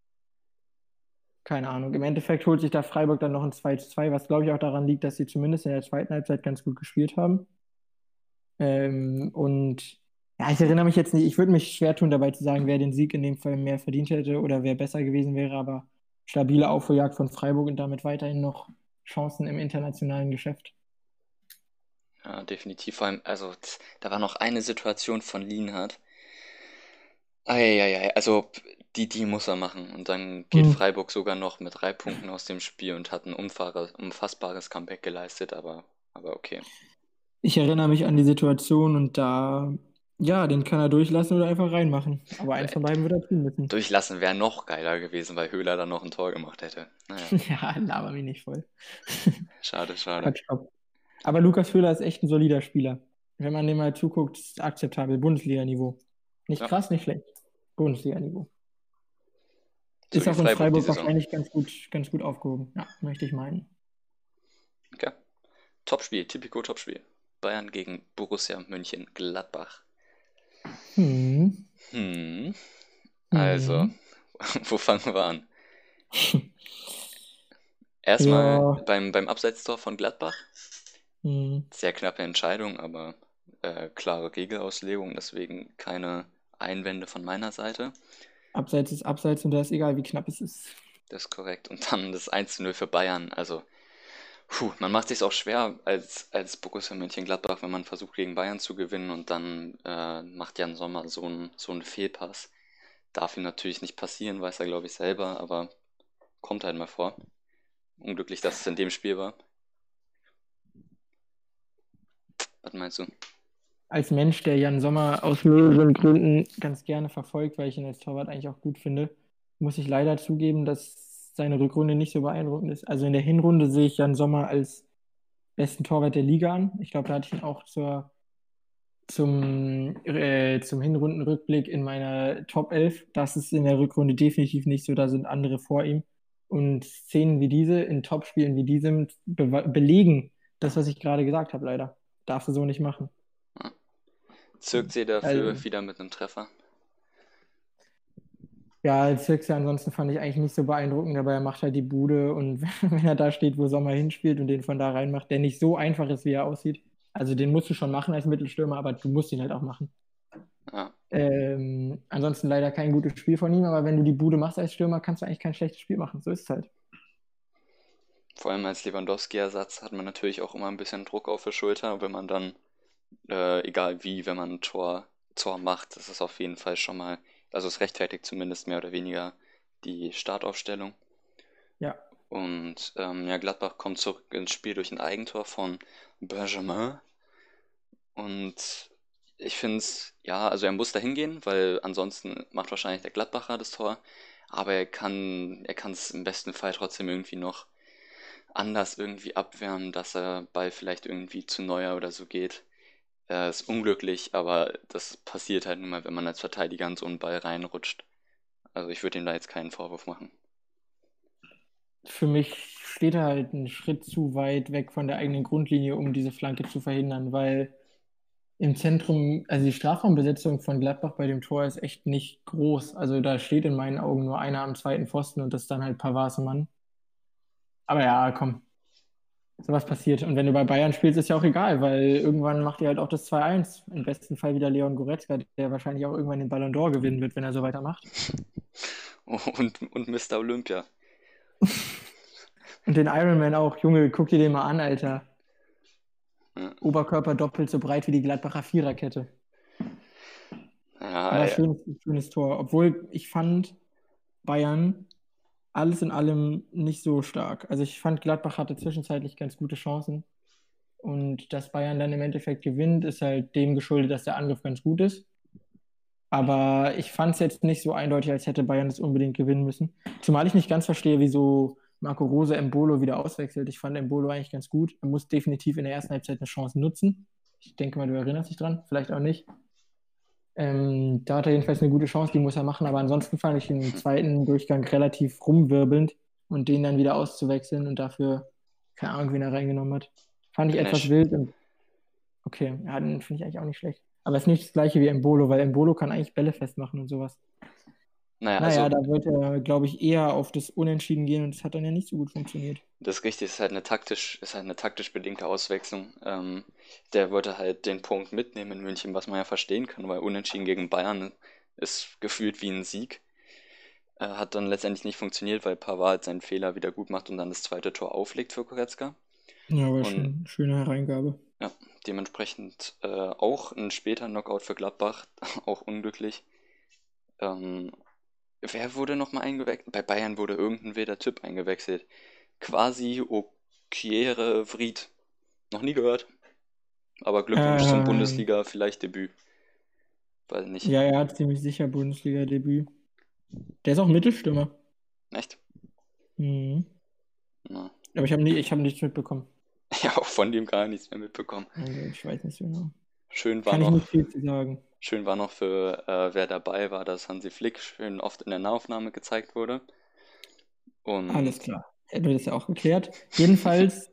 [SPEAKER 1] Keine Ahnung. Im Endeffekt holt sich da Freiburg dann noch ein zwei zu zwei, was glaube ich auch daran liegt, dass sie zumindest in der zweiten Halbzeit ganz gut gespielt haben. Ähm, und ja, ich erinnere mich jetzt nicht, ich würde mich schwer tun, dabei zu sagen, wer den Sieg in dem Fall mehr verdient hätte oder wer besser gewesen wäre, aber stabile Aufholjagd von Freiburg und damit weiterhin noch Chancen im internationalen Geschäft.
[SPEAKER 2] Ja, definitiv. Vor allem, also z- da war noch eine Situation von Lienhardt. Eieiei, also die, die muss er machen. Und dann geht
[SPEAKER 1] Hm.
[SPEAKER 2] Freiburg sogar noch mit drei Punkten aus dem Spiel und hat ein unfahre- unfassbares Comeback geleistet, aber, aber okay.
[SPEAKER 1] Ich erinnere mich an die Situation und da, ja, den kann er durchlassen oder einfach reinmachen. Aber eins von beiden wird er tun müssen.
[SPEAKER 2] Durchlassen wäre noch geiler gewesen, weil Höhler dann noch ein Tor gemacht hätte. Naja,
[SPEAKER 1] Ja, laber mich nicht voll.
[SPEAKER 2] schade, schade.
[SPEAKER 1] Quatsch, Kopf. Aber Lukas Höhler ist echt ein solider Spieler. Wenn man dem mal zuguckt, ist akzeptabel. Bundesliga-Niveau. Nicht
[SPEAKER 2] Ja,
[SPEAKER 1] krass, nicht schlecht. Bundesliga-Niveau.
[SPEAKER 2] so
[SPEAKER 1] Ist
[SPEAKER 2] wie
[SPEAKER 1] auch in
[SPEAKER 2] Freiburg die
[SPEAKER 1] Freiburg
[SPEAKER 2] Saison.
[SPEAKER 1] wahrscheinlich ganz gut, ganz gut aufgehoben. Ja, möchte ich meinen.
[SPEAKER 2] Okay. Topspiel, Tipico Topspiel. Bayern gegen Borussia Mönchengladbach.
[SPEAKER 1] Hm.
[SPEAKER 2] Hm, also,
[SPEAKER 1] Hm.
[SPEAKER 2] wo fangen wir an? Erstmal
[SPEAKER 1] Ja.
[SPEAKER 2] beim, beim Abseitstor von Gladbach.
[SPEAKER 1] Hm.
[SPEAKER 2] Sehr knappe Entscheidung, aber äh, klare Regelauslegung, deswegen keine Einwände von meiner Seite.
[SPEAKER 1] Abseits ist Abseits und da ist egal, wie knapp es ist.
[SPEAKER 2] Das ist korrekt. Und dann das eins zu null für Bayern. Also, puh, man macht sich auch schwer als, als Borussia Mönchengladbach, wenn man versucht, gegen Bayern zu gewinnen und dann äh, macht Jan Sommer so einen so einen Fehlpass. Darf ihm natürlich nicht passieren, weiß er, glaube ich, selber, aber kommt halt mal vor. Unglücklich, dass es in dem Spiel war. Was meinst du?
[SPEAKER 1] Als Mensch, der Jan Sommer aus mehreren Gründen ganz gerne verfolgt, weil ich ihn als Torwart eigentlich auch gut finde, muss ich leider zugeben, dass seine Rückrunde nicht so beeindruckend ist. Also in der Hinrunde sehe ich Jan Sommer als besten Torwart der Liga an. Ich glaube, da hatte ich ihn auch zur, zum, äh, zum Hinrundenrückblick in meiner Top elf. Das ist in der Rückrunde definitiv nicht so, da sind andere vor ihm. Und Szenen wie diese, in Topspielen wie diesem, be belegen das, was ich gerade gesagt habe, leider. Darfst du so nicht machen.
[SPEAKER 2] Ja. Zirkt sie dafür
[SPEAKER 1] Also,
[SPEAKER 2] wieder mit einem Treffer?
[SPEAKER 1] ja, Zirkse ansonsten fand ich eigentlich nicht so beeindruckend, aber er macht halt die Bude und wenn er da steht, wo Sommer hinspielt und den von da reinmacht, der nicht so einfach ist, wie er aussieht. Also den musst du schon machen als Mittelstürmer, aber du musst ihn halt auch machen.
[SPEAKER 2] Ja,
[SPEAKER 1] Ähm, ansonsten leider kein gutes Spiel von ihm, aber wenn du die Bude machst als Stürmer, kannst du eigentlich kein schlechtes Spiel machen. So ist es halt.
[SPEAKER 2] vor allem als Lewandowski-Ersatz hat man natürlich auch immer ein bisschen Druck auf der Schulter, wenn man dann, äh, egal wie, wenn man ein Tor, Tor macht, das ist auf jeden Fall schon mal, also es rechtfertigt zumindest mehr oder weniger die Startaufstellung.
[SPEAKER 1] Ja,
[SPEAKER 2] Und ähm, ja, Gladbach kommt zurück ins Spiel durch ein Eigentor von Benjamin. Und ich finde es, ja, also er muss da hingehen, weil ansonsten macht wahrscheinlich der Gladbacher das Tor. Aber er kann, er kann es im besten Fall trotzdem irgendwie noch anders irgendwie abwehren, dass er Ball vielleicht irgendwie zu Neuer oder so geht. äh, ist unglücklich, aber das passiert halt nun mal, wenn man als Verteidiger in so einen Ball reinrutscht. Also ich würde ihm da jetzt keinen Vorwurf machen.
[SPEAKER 1] Für mich steht er halt einen Schritt zu weit weg von der eigenen Grundlinie, um diese Flanke zu verhindern, weil im Zentrum, also die Strafraumbesetzung von Gladbach bei dem Tor ist echt nicht groß. Also da steht in meinen Augen nur einer am zweiten Pfosten und das ist dann halt Pavard Mann. Aber ja, komm, sowas passiert. Und wenn du bei Bayern spielst, ist ja auch egal, weil irgendwann macht ihr halt auch das zwei eins. Im besten Fall wieder Leon Goretzka, der wahrscheinlich auch irgendwann den Ballon d'Or gewinnen wird, wenn er so weitermacht.
[SPEAKER 2] Und, und Mister Olympia.
[SPEAKER 1] Und den Ironman auch. Junge, guck dir den mal an, Alter.
[SPEAKER 2] Ja.
[SPEAKER 1] Oberkörper doppelt so breit wie die Gladbacher Viererkette.
[SPEAKER 2] Ja,
[SPEAKER 1] Aber
[SPEAKER 2] ja.
[SPEAKER 1] schönes, schönes Tor. Obwohl ich fand Bayern alles in allem nicht so stark. Also ich fand, Gladbach hatte zwischenzeitlich ganz gute Chancen. Und dass Bayern dann im Endeffekt gewinnt, ist halt dem geschuldet, dass der Angriff ganz gut ist. Aber ich fand es jetzt nicht so eindeutig, als hätte Bayern das unbedingt gewinnen müssen. Zumal ich nicht ganz verstehe, wieso Marco Rose Embolo wieder auswechselt. Ich fand Embolo eigentlich ganz gut. Er muss definitiv in der ersten Halbzeit eine Chance nutzen. Ich denke mal, du erinnerst dich dran, vielleicht auch nicht. Ähm, da hat er jedenfalls eine gute Chance, die muss er machen. Aber ansonsten fand ich den zweiten Durchgang relativ rumwirbelnd und den dann wieder auszuwechseln und dafür, keine Ahnung, wen er reingenommen hat. Fand ich
[SPEAKER 2] Ganesh.
[SPEAKER 1] etwas wild und okay, ja, den finde ich eigentlich auch nicht schlecht. Aber es ist nicht das gleiche wie Embolo, weil Embolo kann eigentlich Bälle festmachen und sowas.
[SPEAKER 2] Naja,
[SPEAKER 1] Naja,
[SPEAKER 2] also
[SPEAKER 1] da wollte er, glaube ich, eher auf das Unentschieden gehen und das hat dann ja nicht so gut funktioniert.
[SPEAKER 2] das ist richtig, ist halt eine taktisch, ist halt eine taktisch bedingte Auswechslung. Ähm, der wollte halt den Punkt mitnehmen in München, was man ja verstehen kann, weil Unentschieden gegen Bayern ist gefühlt wie ein Sieg. Äh, hat dann letztendlich nicht funktioniert, weil Pavard seinen Fehler wieder gut macht und dann das zweite Tor auflegt für Goretzka.
[SPEAKER 1] Ja, aber
[SPEAKER 2] Und
[SPEAKER 1] schon eine schöne Hereingabe.
[SPEAKER 2] ja, dementsprechend äh, auch ein später Knockout für Gladbach, auch unglücklich. Ähm, wer wurde nochmal eingewechselt? Bei Bayern wurde irgendein wilder Typ eingewechselt. Quasi Okiere Vried. Noch nie gehört. Aber Glückwunsch zum
[SPEAKER 1] Ähm,
[SPEAKER 2] Bundesliga, vielleicht Debüt. Weiß nicht.
[SPEAKER 1] ja, er hat ziemlich sicher Bundesliga-Debüt. Der ist auch Mittelstürmer.
[SPEAKER 2] Echt?
[SPEAKER 1] Mhm.
[SPEAKER 2] Na.
[SPEAKER 1] Aber ich habe nie, ich hab nichts mitbekommen.
[SPEAKER 2] Ja, auch von dem gar nichts mehr mitbekommen.
[SPEAKER 1] Also ich weiß nicht so genau.
[SPEAKER 2] Schön war
[SPEAKER 1] Kann ich
[SPEAKER 2] noch,
[SPEAKER 1] nicht viel zu sagen.
[SPEAKER 2] schön war noch für äh, wer dabei war, dass Hansi Flick schön oft in der Nahaufnahme gezeigt wurde. Und
[SPEAKER 1] Alles klar. Hätten wir das ja auch geklärt. Jedenfalls,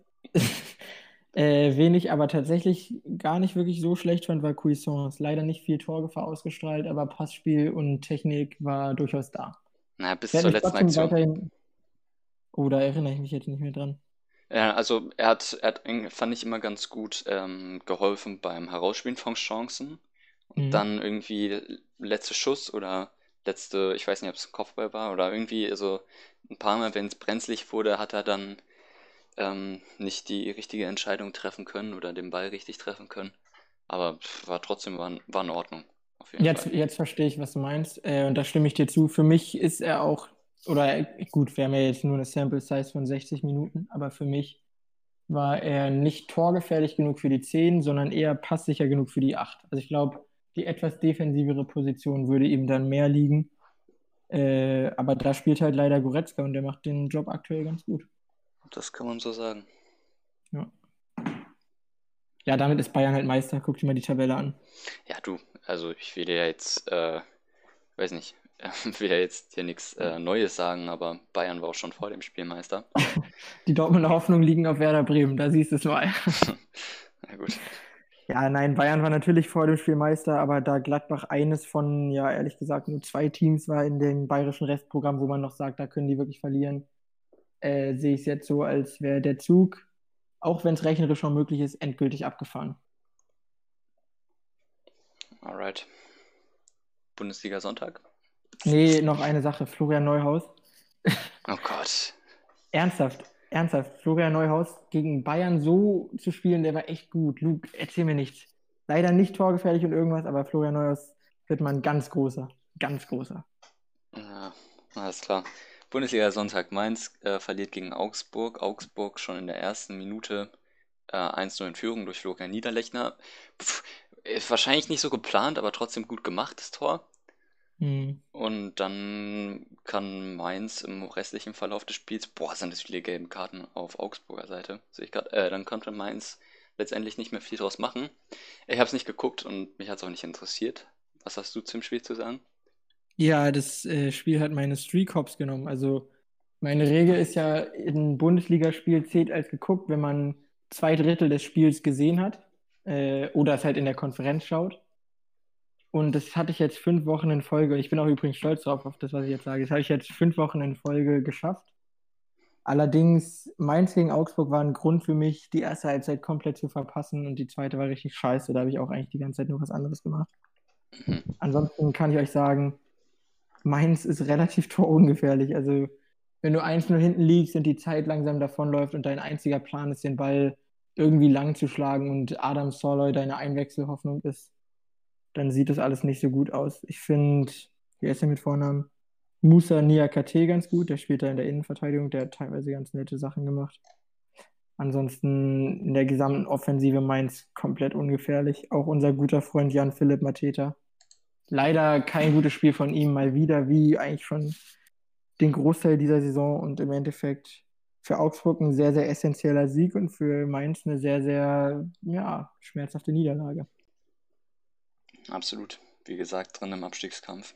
[SPEAKER 1] äh, wen ich aber tatsächlich gar nicht wirklich so schlecht fand, war Cuisance. Leider nicht viel Torgefahr ausgestrahlt, aber Passspiel und Technik war durchaus da.
[SPEAKER 2] naja, bis
[SPEAKER 1] Ich werde
[SPEAKER 2] zur
[SPEAKER 1] mich
[SPEAKER 2] letzten
[SPEAKER 1] trotzdem
[SPEAKER 2] Aktion.
[SPEAKER 1] weiterhin. Oh, da erinnere ich mich jetzt nicht mehr dran.
[SPEAKER 2] Ja, also er hat, er hat, eng- fand ich immer ganz gut ähm, geholfen beim Herausspielen von Chancen. Und
[SPEAKER 1] Mhm.
[SPEAKER 2] dann irgendwie letzter Schuss oder letzte, ich weiß nicht, ob es ein Kopfball war oder irgendwie, also ein paar Mal, wenn es brenzlig wurde, hat er dann ähm, nicht die richtige Entscheidung treffen können oder den Ball richtig treffen können. Aber pff, war trotzdem war, in- war in Ordnung, auf jeden
[SPEAKER 1] Jetzt,
[SPEAKER 2] Fall.
[SPEAKER 1] jetzt verstehe ich, was du meinst. Äh, und da stimme ich dir zu. Für mich ist er auch, oder äh, gut, wir haben ja jetzt nur eine Sample Size von sechzig Minuten, aber für mich war er nicht torgefährlich genug für die zehn, sondern eher passsicher genug für die acht. Also ich glaube, die etwas defensivere Position würde ihm dann mehr liegen. Äh, aber da spielt halt leider Goretzka und der macht den Job aktuell ganz gut.
[SPEAKER 2] Das kann man so sagen.
[SPEAKER 1] Ja. Ja, damit ist Bayern halt Meister. Guck dir mal die Tabelle an.
[SPEAKER 2] Ja, du, also ich will dir ja jetzt, äh, weiß nicht, will ja jetzt hier nichts äh, Neues sagen, aber Bayern war auch schon vor dem Spielmeister.
[SPEAKER 1] Die Dortmunder Hoffnungen liegen auf Werder Bremen, da siehst du es mal.
[SPEAKER 2] Na gut.
[SPEAKER 1] Ja, nein, Bayern war natürlich vor dem Spiel Meister, aber da Gladbach eines von, ja, ehrlich gesagt, nur zwei Teams war in dem bayerischen Restprogramm, wo man noch sagt, da können die wirklich verlieren, äh, sehe ich es jetzt so, als wäre der Zug, auch wenn es rechnerisch schon möglich ist, endgültig abgefahren.
[SPEAKER 2] Alright. Bundesliga Sonntag?
[SPEAKER 1] Nee, noch eine Sache, Florian Neuhaus.
[SPEAKER 2] Oh Gott.
[SPEAKER 1] Ernsthaft, ernsthaft, Florian Neuhaus gegen Bayern so zu spielen, der war echt gut. Luke, erzähl mir nichts. Leider nicht torgefährlich und irgendwas, aber Florian Neuhaus wird man ganz großer, ganz großer.
[SPEAKER 2] Ja, alles klar. Bundesliga Sonntag. Mainz äh, verliert gegen Augsburg. Augsburg schon in der ersten Minute äh, eins zu null in Führung durch Florian Niederlechner. Pff, ist wahrscheinlich nicht so geplant, aber trotzdem gut gemacht, das Tor.
[SPEAKER 1] Hm.
[SPEAKER 2] Und dann kann Mainz im restlichen Verlauf des Spiels, boah, sind das viele gelbe Karten auf Augsburger Seite, sehe ich gerade, äh, dann konnte Mainz letztendlich nicht mehr viel draus machen. Ich habe es nicht geguckt und mich hat es auch nicht interessiert. Was hast du zum Spiel zu sagen?
[SPEAKER 1] Ja, das äh, Spiel hat meine Streak Hops genommen. Also meine Regel ist ja, ein Bundesligaspiel zählt als geguckt, wenn man zwei Drittel des Spiels gesehen hat äh, oder es halt in der Konferenz schaut. Und das hatte ich jetzt fünf Wochen in Folge. Ich bin auch übrigens stolz drauf, auf das, was ich jetzt sage. Das habe ich jetzt fünf Wochen in Folge geschafft. Allerdings, Mainz gegen Augsburg war ein Grund für mich, die erste Halbzeit komplett zu verpassen und die zweite war richtig scheiße. Da habe ich auch eigentlich die ganze Zeit nur was anderes gemacht.
[SPEAKER 2] Mhm.
[SPEAKER 1] Ansonsten kann ich euch sagen, Mainz ist relativ torungefährlich. Also, wenn du eins null hinten liegst und die Zeit langsam davonläuft und dein einziger Plan ist, den Ball irgendwie lang zu schlagen und Adam Soloy deine Einwechselhoffnung ist, dann sieht das alles nicht so gut aus. Ich finde, wie heißt er mit Vornamen? Musa Niakate ganz gut. Der spielt da in der Innenverteidigung. Der hat teilweise ganz nette Sachen gemacht. Ansonsten in der gesamten Offensive Mainz komplett ungefährlich. Auch unser guter Freund Jan-Philipp Mateta. Leider kein gutes Spiel von ihm, mal wieder, wie eigentlich schon den Großteil dieser Saison und im Endeffekt für Augsburg ein sehr, sehr essentieller Sieg und für Mainz eine sehr, sehr, ja, schmerzhafte Niederlage.
[SPEAKER 2] Absolut. Wie gesagt, drin im Abstiegskampf.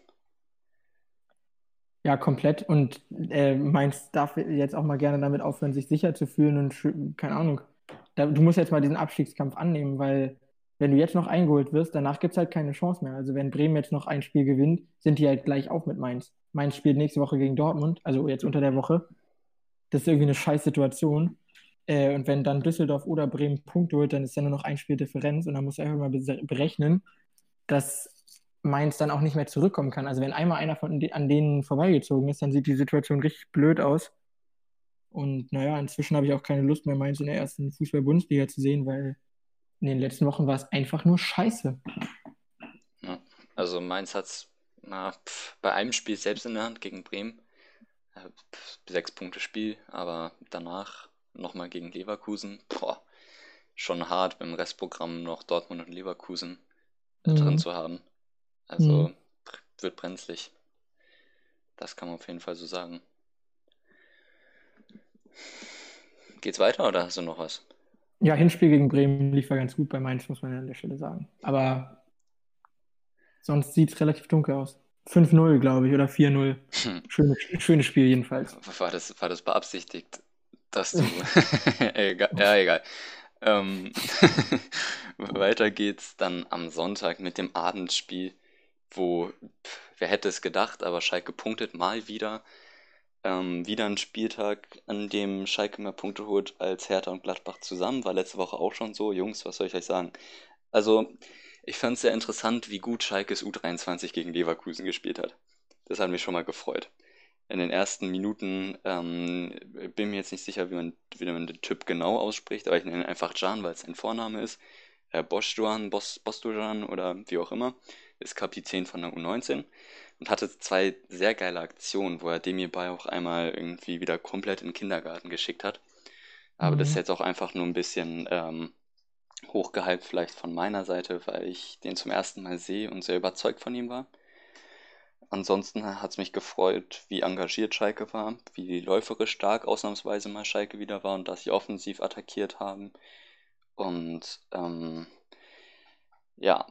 [SPEAKER 1] Ja, komplett. Und äh, Mainz darf jetzt auch mal gerne damit aufhören, sich sicher zu fühlen und sch- keine Ahnung. Da, du musst jetzt mal diesen Abstiegskampf annehmen, weil wenn du jetzt noch eingeholt wirst, danach gibt es halt keine Chance mehr. Also wenn Bremen jetzt noch ein Spiel gewinnt, sind die halt gleich auf mit Mainz. Mainz spielt nächste Woche gegen Dortmund, also jetzt unter der Woche. Das ist irgendwie eine scheiß Situation. Äh, und wenn dann Düsseldorf oder Bremen Punkte holt, dann ist ja nur noch ein Spiel Differenz und dann muss er einfach mal be- berechnen, dass Mainz dann auch nicht mehr zurückkommen kann. Also wenn einmal einer von de an denen vorbeigezogen ist, dann sieht die Situation richtig blöd aus. Und naja, inzwischen habe ich auch keine Lust mehr, Mainz in der ersten Fußball-Bundesliga zu sehen, weil in den letzten Wochen war es einfach nur scheiße.
[SPEAKER 2] Ja. Also Mainz hat es bei einem Spiel selbst in der Hand gegen Bremen. Äh, pf, Sechs Punkte Spiel, aber danach nochmal gegen Leverkusen. Boah, schon hart im Restprogramm noch Dortmund und Leverkusen äh, drin
[SPEAKER 1] Mhm.
[SPEAKER 2] zu haben. Also
[SPEAKER 1] Mhm.
[SPEAKER 2] wird brenzlig. Das kann man auf jeden Fall so sagen. Geht's weiter oder hast du noch was?
[SPEAKER 1] Ja, Hinspiel gegen Bremen lief ja ganz gut bei Mainz, muss man ja an der Stelle sagen. Aber sonst sieht es relativ dunkel aus. fünf null, glaube ich, oder vier null.
[SPEAKER 2] Hm.
[SPEAKER 1] Schönes, schönes Spiel jedenfalls.
[SPEAKER 2] War das, war das beabsichtigt, dass du. Egal, ja, egal. Ähm, Weiter geht's dann am Sonntag mit dem Abendspiel, wo, pf, wer hätte es gedacht, aber Schalke punktet mal wieder. Ähm, wieder ein Spieltag, an dem Schalke mehr Punkte holt als Hertha und Gladbach zusammen. War letzte Woche auch schon so. Jungs, was soll ich euch sagen? Also, ich fand es sehr interessant, wie gut Schalkes U dreiundzwanzig gegen Leverkusen gespielt hat. Das hat mich schon mal gefreut. In den ersten Minuten, ähm, bin mir jetzt nicht sicher, wie man, wie man den Typ genau ausspricht, aber ich nenne ihn einfach Can, weil es sein Vorname ist. Äh, Bostojan, Bos, Bostojan oder wie auch immer, ist Kapitän von der U neunzehn und hatte zwei sehr geile Aktionen, wo er Demir Bay auch einmal irgendwie wieder komplett in den Kindergarten geschickt hat. Aber das ist
[SPEAKER 1] Mhm.
[SPEAKER 2] jetzt auch einfach nur ein bisschen ähm, hochgehypt vielleicht von meiner Seite, weil ich den zum ersten Mal sehe und sehr überzeugt von ihm war. Ansonsten hat es mich gefreut, wie engagiert Schalke war, wie läuferisch stark ausnahmsweise mal Schalke wieder war und dass sie offensiv attackiert haben. Und ähm, ja,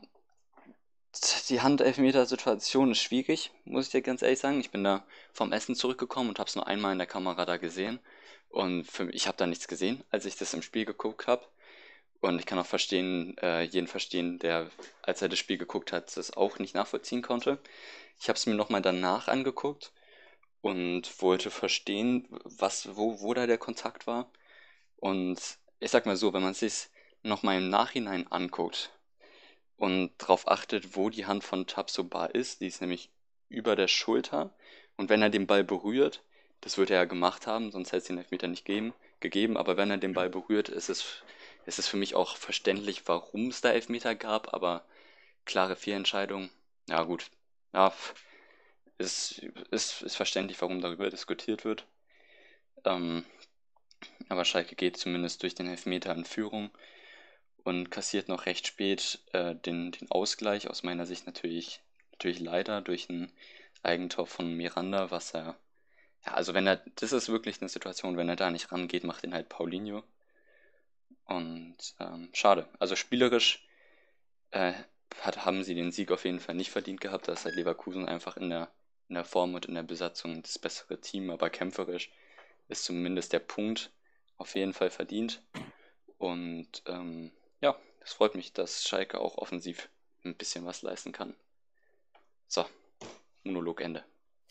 [SPEAKER 2] die Handelfmeter-Situation ist schwierig, muss ich dir ganz ehrlich sagen. Ich bin da vom Essen zurückgekommen und habe es nur einmal in der Kamera da gesehen. Und für mich, ich habe da nichts gesehen, als ich das im Spiel geguckt habe. Und ich kann auch verstehen, äh, jeden verstehen, der, als er das Spiel geguckt hat, das auch nicht nachvollziehen konnte. Ich habe es mir nochmal danach angeguckt und wollte verstehen, was, wo, wo da der Kontakt war. Und ich sag mal so, wenn man es sich nochmal im Nachhinein anguckt und darauf achtet, wo die Hand von Tabsoba ist, die ist nämlich über der Schulter. Und wenn er den Ball berührt, das wird er ja gemacht haben, sonst hätte es den Elfmeter nicht geben, gegeben, aber wenn er den Ball berührt, ist es, ist es für mich auch verständlich, warum es da Elfmeter gab, aber klare Fehlentscheidung, ja gut, ja, ist, ist, ist verständlich, warum darüber diskutiert wird. Ähm, aber Schalke geht zumindest durch den Elfmeter in Führung und kassiert noch recht spät äh, den, den Ausgleich. Aus meiner Sicht natürlich, natürlich leider durch ein Eigentor von Miranda, was er, ja, also wenn er, das ist wirklich eine Situation, wenn er da nicht rangeht, macht ihn halt Paulinho. Und ähm, schade. Also spielerisch äh, hat, haben sie den Sieg auf jeden Fall nicht verdient gehabt. Da ist halt Leverkusen einfach in der, in der Form und in der Besatzung das bessere Team, aber kämpferisch ist zumindest der Punkt auf jeden Fall verdient. Und ähm, ja, es freut mich, dass Schalke auch offensiv ein bisschen was leisten kann. So, Monolog Ende.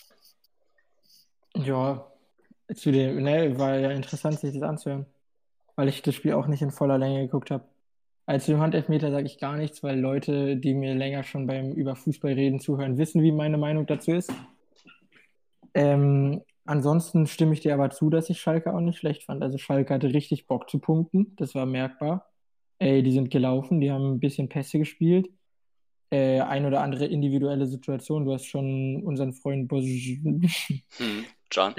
[SPEAKER 1] Ja, zu dem, ne, war ja interessant, sich das anzuhören, weil ich das Spiel auch nicht in voller Länge geguckt habe. Also zu dem Handelfmeter sage ich gar nichts, weil Leute, die mir länger schon beim über Fußball reden zuhören, wissen, wie meine Meinung dazu ist. Ähm, ansonsten stimme ich dir aber zu, dass ich Schalke auch nicht schlecht fand. Also Schalke hatte richtig Bock zu punkten, das war merkbar. Ey, die sind gelaufen, die haben ein bisschen Pässe gespielt. Äh, ein oder andere individuelle Situation. Du hast schon unseren Freund Bos
[SPEAKER 2] Hm, Can?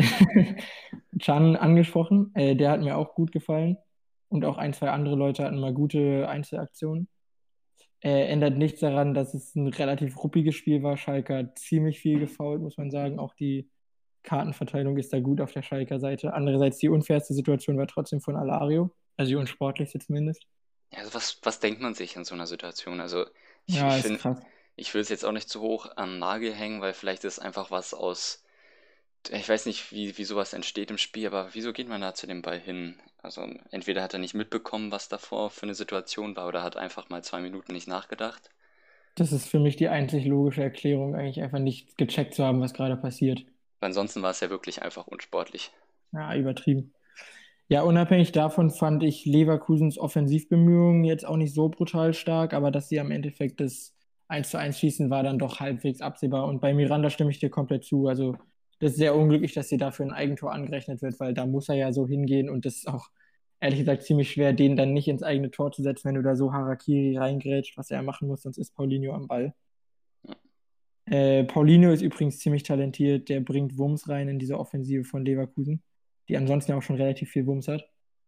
[SPEAKER 1] Can angesprochen. Äh, der hat mir auch gut gefallen. Und auch ein, zwei andere Leute hatten mal gute Einzelaktionen. Äh, ändert nichts daran, dass es ein relativ ruppiges Spiel war. Schalke hat ziemlich viel gefoult, muss man sagen. Auch die Kartenverteilung ist da gut auf der Schalker Seite. Andererseits die unfairste Situation war trotzdem von Alario. Also die unsportlichste zumindest.
[SPEAKER 2] Ja, also was, was denkt man sich in so einer Situation? Also ich, ich
[SPEAKER 1] Ja, ist
[SPEAKER 2] finde,
[SPEAKER 1] krass.
[SPEAKER 2] ich will es jetzt auch nicht zu hoch am Nagel hängen, weil vielleicht ist einfach was aus, ich weiß nicht, wie, wie sowas entsteht im Spiel, aber wieso geht man da zu dem Ball hin? Also entweder hat er nicht mitbekommen, was davor für eine Situation war, oder hat einfach mal zwei Minuten nicht nachgedacht.
[SPEAKER 1] Das ist für mich die einzig logische Erklärung, eigentlich einfach nicht gecheckt zu haben, was gerade passiert.
[SPEAKER 2] Weil ansonsten war es ja wirklich einfach unsportlich.
[SPEAKER 1] Ja, übertrieben. Ja, unabhängig davon fand ich Leverkusens Offensivbemühungen jetzt auch nicht so brutal stark, aber dass sie am Endeffekt das eins zu eins schießen, war dann doch halbwegs absehbar. Und bei Miranda stimme ich dir komplett zu. Also, das ist sehr unglücklich, dass dir dafür ein Eigentor angerechnet wird, weil da muss er ja so hingehen und das ist auch ehrlich gesagt ziemlich schwer, den dann nicht ins eigene Tor zu setzen, wenn du da so Harakiri reingrätscht, was er machen muss, sonst ist Paulinho am Ball.
[SPEAKER 2] Ja.
[SPEAKER 1] Äh, Paulinho ist übrigens ziemlich talentiert, der bringt Wumms rein in diese Offensive von Leverkusen, die ansonsten ja auch schon relativ viel Wumms hat.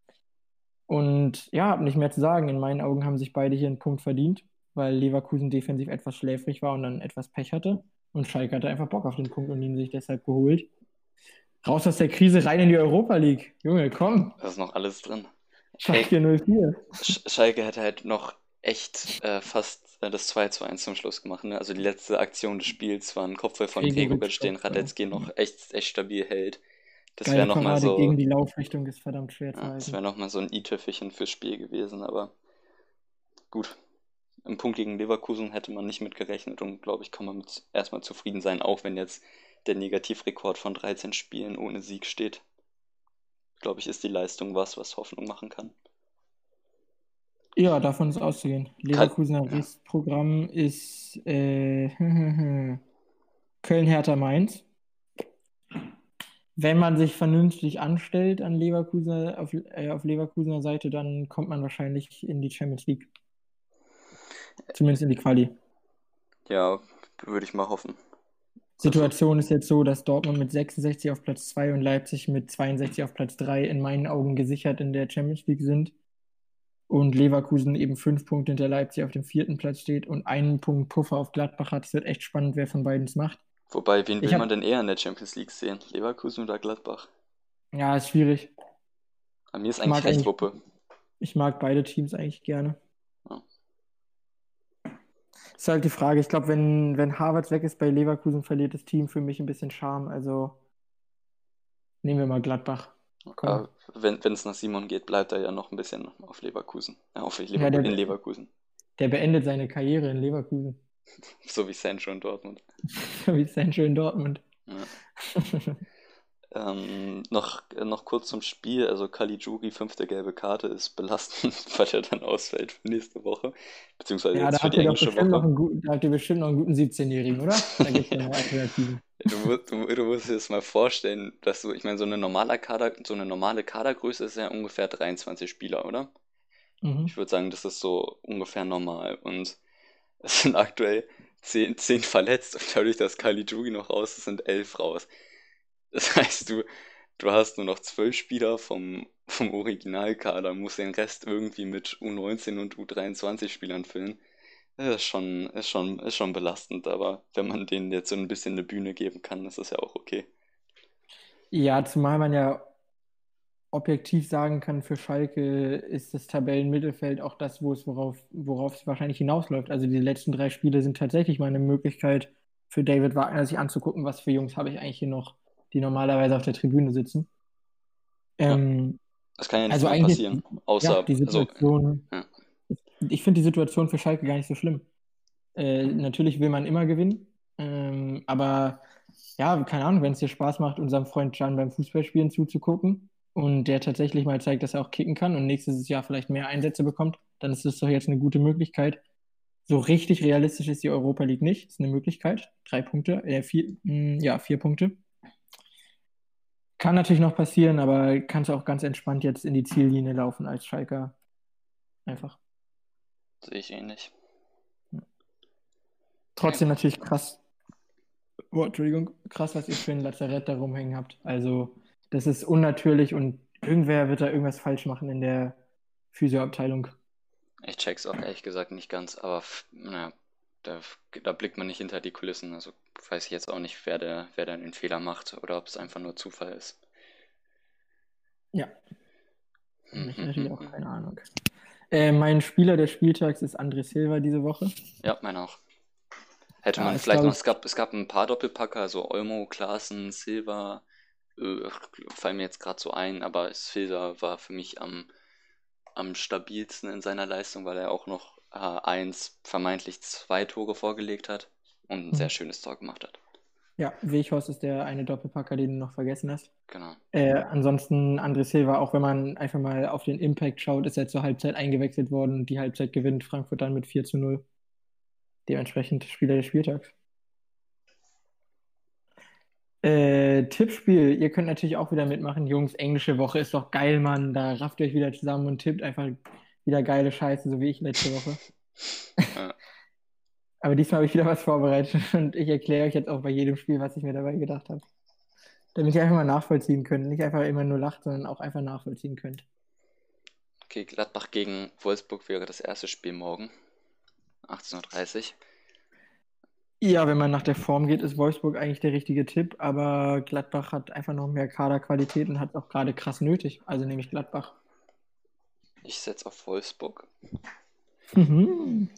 [SPEAKER 1] Und ja, hab nicht mehr zu sagen. In meinen Augen haben sich beide hier einen Punkt verdient, weil Leverkusen defensiv etwas schläfrig war und dann etwas Pech hatte. Und Schalke hatte einfach Bock auf den Punkt und ihn sich deshalb geholt. Raus aus der Krise, rein in die Europa League. Junge, komm.
[SPEAKER 2] Da ist noch alles drin. Ey,
[SPEAKER 1] Schalke null vier.
[SPEAKER 2] Sch Schalke hätte halt noch echt äh, fast äh, das zwei zu eins zum Schluss gemacht. Ne? Also die letzte Aktion des Spiels war ein Kopfball von Gregoritsch,
[SPEAKER 1] Gregoritsch,
[SPEAKER 2] den
[SPEAKER 1] Kopfball.
[SPEAKER 2] Radetzky noch echt, echt stabil hält. Das wäre
[SPEAKER 1] Geile
[SPEAKER 2] nochmal
[SPEAKER 1] Parade
[SPEAKER 2] so,
[SPEAKER 1] gegen die Laufrichtung ist verdammt schwer zu
[SPEAKER 2] ja, das
[SPEAKER 1] halten.
[SPEAKER 2] wäre noch mal so ein i-Tüpfelchen fürs Spiel gewesen, aber gut. Im Punkt gegen Leverkusen hätte man nicht mit gerechnet und glaube ich, kann man mit erstmal zufrieden sein, auch wenn jetzt der Negativrekord von dreizehn Spielen ohne Sieg steht. Glaube ich, ist die Leistung was, was Hoffnung machen kann.
[SPEAKER 1] Ja, davon ist auszugehen.
[SPEAKER 2] Kann,
[SPEAKER 1] Leverkusener
[SPEAKER 2] ja.
[SPEAKER 1] Restprogramm ist äh, Köln-Hertha-Mainz. Wenn man sich vernünftig anstellt an Leverkusener, auf, äh, auf Leverkusener Seite, dann kommt man wahrscheinlich in die Champions League. Zumindest in die Quali.
[SPEAKER 2] Ja, würde ich mal hoffen. Also,
[SPEAKER 1] Situation ist jetzt so, dass Dortmund mit sechsundsechzig auf Platz zwei und Leipzig mit zweiundsechzig auf Platz drei in meinen Augen gesichert in der Champions League sind. Und Leverkusen eben fünf Punkte hinter Leipzig auf dem vierten Platz steht und einen Punkt Puffer auf Gladbach hat. Es wird echt spannend, wer von beiden es macht.
[SPEAKER 2] wobei, wen
[SPEAKER 1] Ich
[SPEAKER 2] will man
[SPEAKER 1] habe,
[SPEAKER 2] denn eher in der Champions League sehen? Leverkusen oder Gladbach?
[SPEAKER 1] ja, ist schwierig.
[SPEAKER 2] Bei mir ist
[SPEAKER 1] Ich
[SPEAKER 2] eigentlich
[SPEAKER 1] mag
[SPEAKER 2] recht
[SPEAKER 1] eigentlich,
[SPEAKER 2] Wuppe.
[SPEAKER 1] ich mag beide Teams eigentlich gerne.
[SPEAKER 2] Ja.
[SPEAKER 1] Ist halt die Frage, ich glaube, wenn, wenn Havertz weg ist bei Leverkusen, verliert das Team für mich ein bisschen Charme. Also nehmen wir mal Gladbach. Komm.
[SPEAKER 2] Aber wenn es nach Simon geht, bleibt er ja noch ein bisschen auf Leverkusen. Ja, auf
[SPEAKER 1] Ja,
[SPEAKER 2] Leverku in
[SPEAKER 1] der,
[SPEAKER 2] Leverkusen.
[SPEAKER 1] der beendet seine Karriere in Leverkusen.
[SPEAKER 2] So wie Sancho in Dortmund.
[SPEAKER 1] Wie Sancho in Dortmund.
[SPEAKER 2] Ja. Ähm, noch, äh, noch kurz zum Spiel. Also Caligiuri, fünfte gelbe Karte, ist belastend, weil er dann ausfällt für nächste Woche. Beziehungsweise
[SPEAKER 1] Ja,
[SPEAKER 2] jetzt
[SPEAKER 1] da
[SPEAKER 2] für
[SPEAKER 1] habt
[SPEAKER 2] die
[SPEAKER 1] ihr doch
[SPEAKER 2] englische
[SPEAKER 1] bestimmt noch
[SPEAKER 2] Woche.
[SPEAKER 1] einen guten, da habt ihr bestimmt noch einen guten siebzehn-Jährigen, oder? Da gibt es ja noch Alternativen.
[SPEAKER 2] Du, mu- du, du musst dir das mal vorstellen, dass du, ich meine, so eine normale Kader, so eine normale Kadergröße ist ja ungefähr dreiundzwanzig Spieler, oder? Ich
[SPEAKER 1] Mhm.
[SPEAKER 2] würde sagen, das ist so ungefähr normal. Und es sind aktuell zehn, zehn verletzt und dadurch, dass Caligiuri noch raus ist, sind elf raus. Das heißt, du, du hast nur noch zwölf Spieler vom, vom Originalkader, musst den Rest irgendwie mit U neunzehn und U dreiundzwanzig Spielern füllen. Das ist schon, ist schon, ist schon belastend, aber wenn man denen jetzt so ein bisschen eine Bühne geben kann, ist das ja auch okay.
[SPEAKER 1] Ja, zumal man ja objektiv sagen kann, für Schalke ist das Tabellenmittelfeld auch das, wo es, worauf, worauf es wahrscheinlich hinausläuft. Also die letzten drei Spiele sind tatsächlich mal eine Möglichkeit für David Wagner, sich anzugucken, was für Jungs habe ich eigentlich hier noch, die normalerweise auf der Tribüne sitzen.
[SPEAKER 2] Ja,
[SPEAKER 1] Ähm,
[SPEAKER 2] das kann ja nichts
[SPEAKER 1] also
[SPEAKER 2] mehr
[SPEAKER 1] eigentlich,
[SPEAKER 2] passieren.
[SPEAKER 1] ja,
[SPEAKER 2] Außer,
[SPEAKER 1] die
[SPEAKER 2] also,
[SPEAKER 1] Situation,
[SPEAKER 2] ja.
[SPEAKER 1] ich finde die Situation für Schalke gar nicht so schlimm. Äh, natürlich will man immer gewinnen, ähm, aber ja, keine Ahnung, wenn es dir Spaß macht, unserem Freund Can beim Fußballspielen zuzugucken und der tatsächlich mal zeigt, dass er auch kicken kann und nächstes Jahr vielleicht mehr Einsätze bekommt, dann ist das doch jetzt eine gute Möglichkeit. So richtig realistisch ist die Europa League nicht. Ist eine Möglichkeit. Drei Punkte, äh, vier, mh, ja, vier Punkte. Kann natürlich noch passieren, aber kannst auch ganz entspannt jetzt in die Ziellinie laufen als Schalker. Einfach.
[SPEAKER 2] Sehe ich ähnlich.
[SPEAKER 1] Trotzdem natürlich krass. Oh, Entschuldigung, krass, was ihr für ein Lazarett da rumhängen habt. Also, das ist unnatürlich und irgendwer wird da irgendwas falsch machen in der Physioabteilung.
[SPEAKER 2] Ich check's auch ehrlich gesagt nicht ganz, aber f- naja, da, da blickt man nicht hinter die Kulissen. Also weiß ich jetzt auch nicht, wer, der, wer da den Fehler macht oder ob es einfach nur Zufall ist.
[SPEAKER 1] Ja,
[SPEAKER 2] Hm,
[SPEAKER 1] ich
[SPEAKER 2] hm,
[SPEAKER 1] natürlich
[SPEAKER 2] hm,
[SPEAKER 1] auch
[SPEAKER 2] hm.
[SPEAKER 1] keine Ahnung. Äh, mein Spieler des Spieltags ist André Silva diese Woche.
[SPEAKER 2] Ja, meine auch. Hätte
[SPEAKER 1] Ja,
[SPEAKER 2] man
[SPEAKER 1] ist,
[SPEAKER 2] vielleicht
[SPEAKER 1] glaube
[SPEAKER 2] noch,
[SPEAKER 1] ich,
[SPEAKER 2] es gab, es gab ein paar Doppelpacker, also Olmo, Klaassen, Silva, äh, fallen mir jetzt gerade so ein, aber Silva war für mich am, am stabilsten in seiner Leistung, weil er auch noch äh, eins, vermeintlich zwei Tore vorgelegt hat und ein sehr
[SPEAKER 1] hm.
[SPEAKER 2] schönes Tor gemacht hat.
[SPEAKER 1] Ja, Weghorst ist der eine Doppelpacker, den du noch vergessen hast.
[SPEAKER 2] Genau.
[SPEAKER 1] Äh, ansonsten André Silva, auch wenn man einfach mal auf den Impact schaut, ist er zur Halbzeit eingewechselt worden und die Halbzeit gewinnt Frankfurt dann mit vier zu null. Dementsprechend Spieler des Spieltags. Äh, Tippspiel, ihr könnt natürlich auch wieder mitmachen. Jungs, englische Woche ist doch geil, Mann. Da rafft ihr euch wieder zusammen und tippt einfach wieder geile Scheiße, so wie ich letzte Woche.
[SPEAKER 2] Ja.
[SPEAKER 1] Aber diesmal habe ich wieder was vorbereitet und ich erkläre euch jetzt auch bei jedem Spiel, was ich mir dabei gedacht habe. Damit ihr einfach mal nachvollziehen könnt. Nicht einfach immer nur lacht, sondern auch einfach nachvollziehen könnt.
[SPEAKER 2] Okay, Gladbach gegen Wolfsburg wäre das erste Spiel morgen, achtzehn Uhr dreißig.
[SPEAKER 1] Ja, wenn man nach der Form geht, ist Wolfsburg eigentlich der richtige Tipp, aber Gladbach hat einfach noch mehr Kaderqualität und hat auch gerade krass nötig. Also nehme ich Gladbach.
[SPEAKER 2] Ich setze auf Wolfsburg.
[SPEAKER 1] Mhm.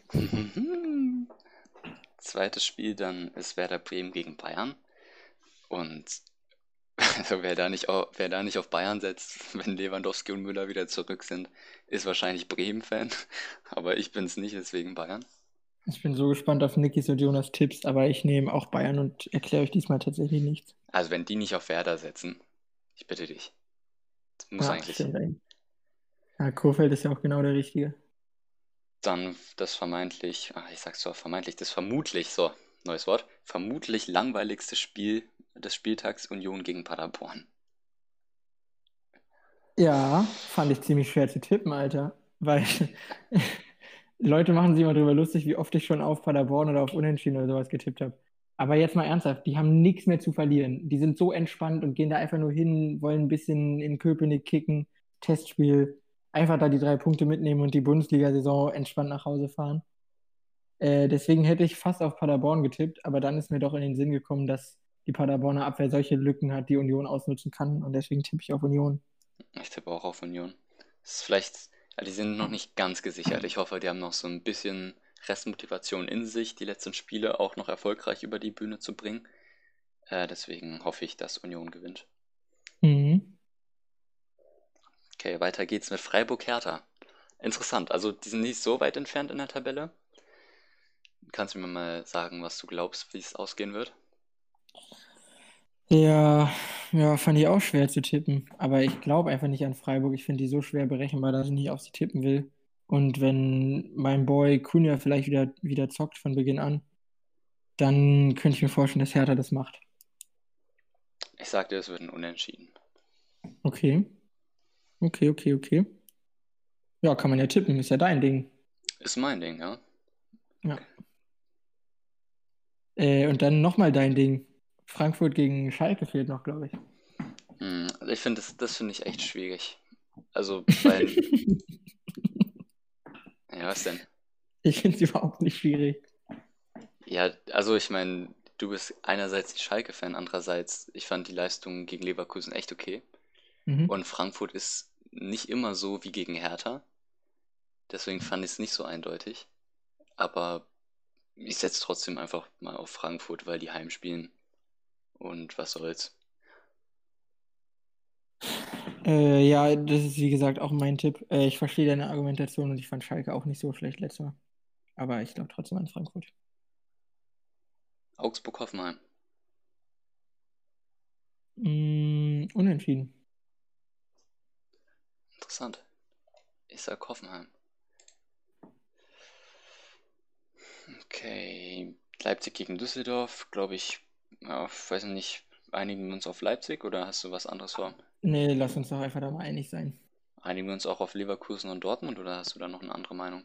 [SPEAKER 2] Zweites Spiel dann ist Werder Bremen gegen Bayern. Und also wer da nicht auf, wer da nicht auf Bayern setzt, wenn Lewandowski und Müller wieder zurück sind, ist wahrscheinlich Bremen-Fan. Aber ich bin es nicht, deswegen Bayern.
[SPEAKER 1] Ich bin so gespannt auf Nikis und Jonas Tipps, aber ich nehme auch Bayern und erkläre euch diesmal tatsächlich nichts.
[SPEAKER 2] Also wenn die nicht auf Werder setzen, ich bitte dich. Das muss
[SPEAKER 1] Ja,
[SPEAKER 2] eigentlich.
[SPEAKER 1] stimmt eigentlich. Ja, Kohfeldt ist ja auch genau der Richtige.
[SPEAKER 2] Dann das vermeintlich, ach, ich sag's zwar vermeintlich, das vermutlich, so, neues Wort, vermutlich langweiligste Spiel des Spieltags Union gegen Paderborn.
[SPEAKER 1] Ja, fand ich ziemlich schwer zu tippen, Alter. Weil Leute machen sich immer darüber lustig, wie oft ich schon auf Paderborn oder auf Unentschieden oder sowas getippt habe. Aber jetzt mal ernsthaft, die haben nichts mehr zu verlieren. Die sind so entspannt und gehen da einfach nur hin, wollen ein bisschen in Köpenick kicken, Testspiel, einfach da die drei Punkte mitnehmen und die Bundesliga-Saison entspannt nach Hause fahren. Äh, deswegen hätte ich fast auf Paderborn getippt, aber dann ist mir doch in den Sinn gekommen, dass die Paderborner Abwehr solche Lücken hat, die Union ausnutzen kann und deswegen tippe ich auf Union.
[SPEAKER 2] Ich tippe auch auf Union. Das ist vielleicht, ja, die sind noch nicht ganz gesichert. Ich hoffe, die haben noch so ein bisschen Restmotivation in sich, die letzten Spiele auch noch erfolgreich über die Bühne zu bringen. Äh, deswegen hoffe ich, dass Union gewinnt.
[SPEAKER 1] Mhm.
[SPEAKER 2] Okay, weiter geht's mit Freiburg-Hertha. Interessant, also die sind nicht so weit entfernt in der Tabelle. Kannst du mir mal sagen, was du glaubst, wie es ausgehen wird?
[SPEAKER 1] Ja, ja, fand ich auch schwer zu tippen. Aber ich glaube einfach nicht an Freiburg. Ich finde die so schwer berechenbar, dass ich nicht auf sie tippen will. Und wenn mein Boy Cunha vielleicht wieder, wieder zockt von Beginn an, dann könnte ich mir vorstellen, dass Hertha das macht.
[SPEAKER 2] Ich sag dir, es wird ein Unentschieden.
[SPEAKER 1] Okay, okay, okay, okay. Ja, kann man ja tippen, ist ja dein Ding.
[SPEAKER 2] Ist mein Ding, ja.
[SPEAKER 1] Ja. Äh, und dann nochmal dein Ding. Frankfurt gegen Schalke fehlt noch, glaube ich.
[SPEAKER 2] Hm, ich finde, das, das finde ich echt schwierig. Also, weil, ja, was denn?
[SPEAKER 1] Ich finde es überhaupt nicht schwierig.
[SPEAKER 2] Ja, also ich meine, du bist einerseits die Schalke-Fan, andererseits, ich fand die Leistung gegen Leverkusen echt okay.
[SPEAKER 1] Mhm.
[SPEAKER 2] Und Frankfurt ist nicht immer so wie gegen Hertha. Deswegen fand ich es nicht so eindeutig. Aber ich setze trotzdem einfach mal auf Frankfurt, weil die heimspielen. Und was soll's.
[SPEAKER 1] Äh, ja, das ist wie gesagt auch mein Tipp. Äh, ich verstehe deine Argumentation und ich fand Schalke auch nicht so schlecht letztes Mal. Aber ich glaube trotzdem an Frankfurt.
[SPEAKER 2] Augsburg-Hoffenheim.
[SPEAKER 1] Mm, unentschieden.
[SPEAKER 2] Interessant. Ich sag Hoffenheim. Okay. Leipzig gegen Düsseldorf, glaube ich, ja, weiß nicht, einigen wir uns auf Leipzig oder hast du was anderes vor?
[SPEAKER 1] Nee, lass uns doch einfach da mal einig sein.
[SPEAKER 2] Einigen wir uns auch auf Leverkusen und Dortmund oder hast du da noch eine andere Meinung?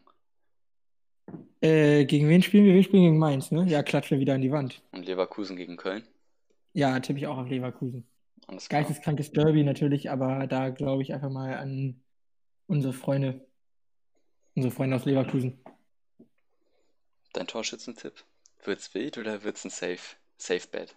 [SPEAKER 1] Äh, gegen wen spielen wir? Wir spielen gegen Mainz, ne? Ja, klatsche wieder an die Wand.
[SPEAKER 2] Und Leverkusen gegen Köln?
[SPEAKER 1] Ja, tippe ich auch auf Leverkusen.
[SPEAKER 2] Alles klar.
[SPEAKER 1] Geisteskrankes Derby natürlich, aber da glaube ich einfach mal an unsere Freunde, unsere Freunde aus Leverkusen.
[SPEAKER 2] Dein Torschützentipp? Wird's wild oder wird's ein Safe, Safe Bet?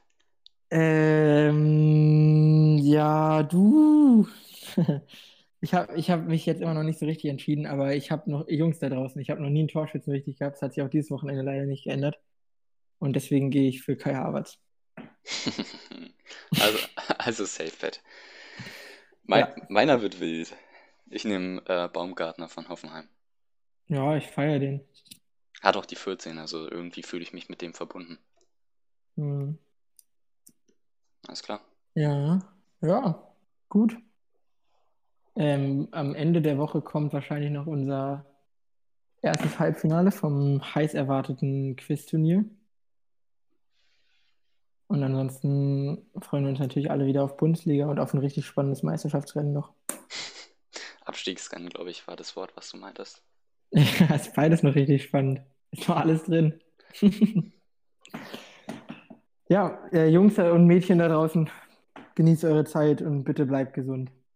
[SPEAKER 1] Ähm, ja, du. Ich habe ich hab mich jetzt immer noch nicht so richtig entschieden, aber ich habe noch, Jungs da draußen, ich habe noch nie einen Torschützen richtig gehabt. Das hat sich auch dieses Wochenende leider nicht geändert. Und deswegen gehe ich für Kai Havertz.
[SPEAKER 2] Also, also Safe Bet. Mein,
[SPEAKER 1] Ja,
[SPEAKER 2] meiner wird wild. Ich nehme äh, Baumgartner von Hoffenheim.
[SPEAKER 1] ja, ich feiere den.
[SPEAKER 2] Hat auch die vierzehn, also irgendwie fühle ich mich mit dem verbunden.
[SPEAKER 1] Hm.
[SPEAKER 2] Alles klar.
[SPEAKER 1] Ja, ja, gut. Ähm, am Ende der Woche kommt wahrscheinlich noch unser erstes Halbfinale vom heiß erwarteten Quizturnier. Und ansonsten freuen wir uns natürlich alle wieder auf Bundesliga und auf ein richtig spannendes Meisterschaftsrennen noch.
[SPEAKER 2] Abstiegsrennen, glaube ich, war das Wort, was du meintest.
[SPEAKER 1] Ja, ist beides noch richtig spannend. Ist noch alles drin. Ja, äh, Jungs und Mädchen da draußen, genießt eure Zeit und bitte bleibt gesund.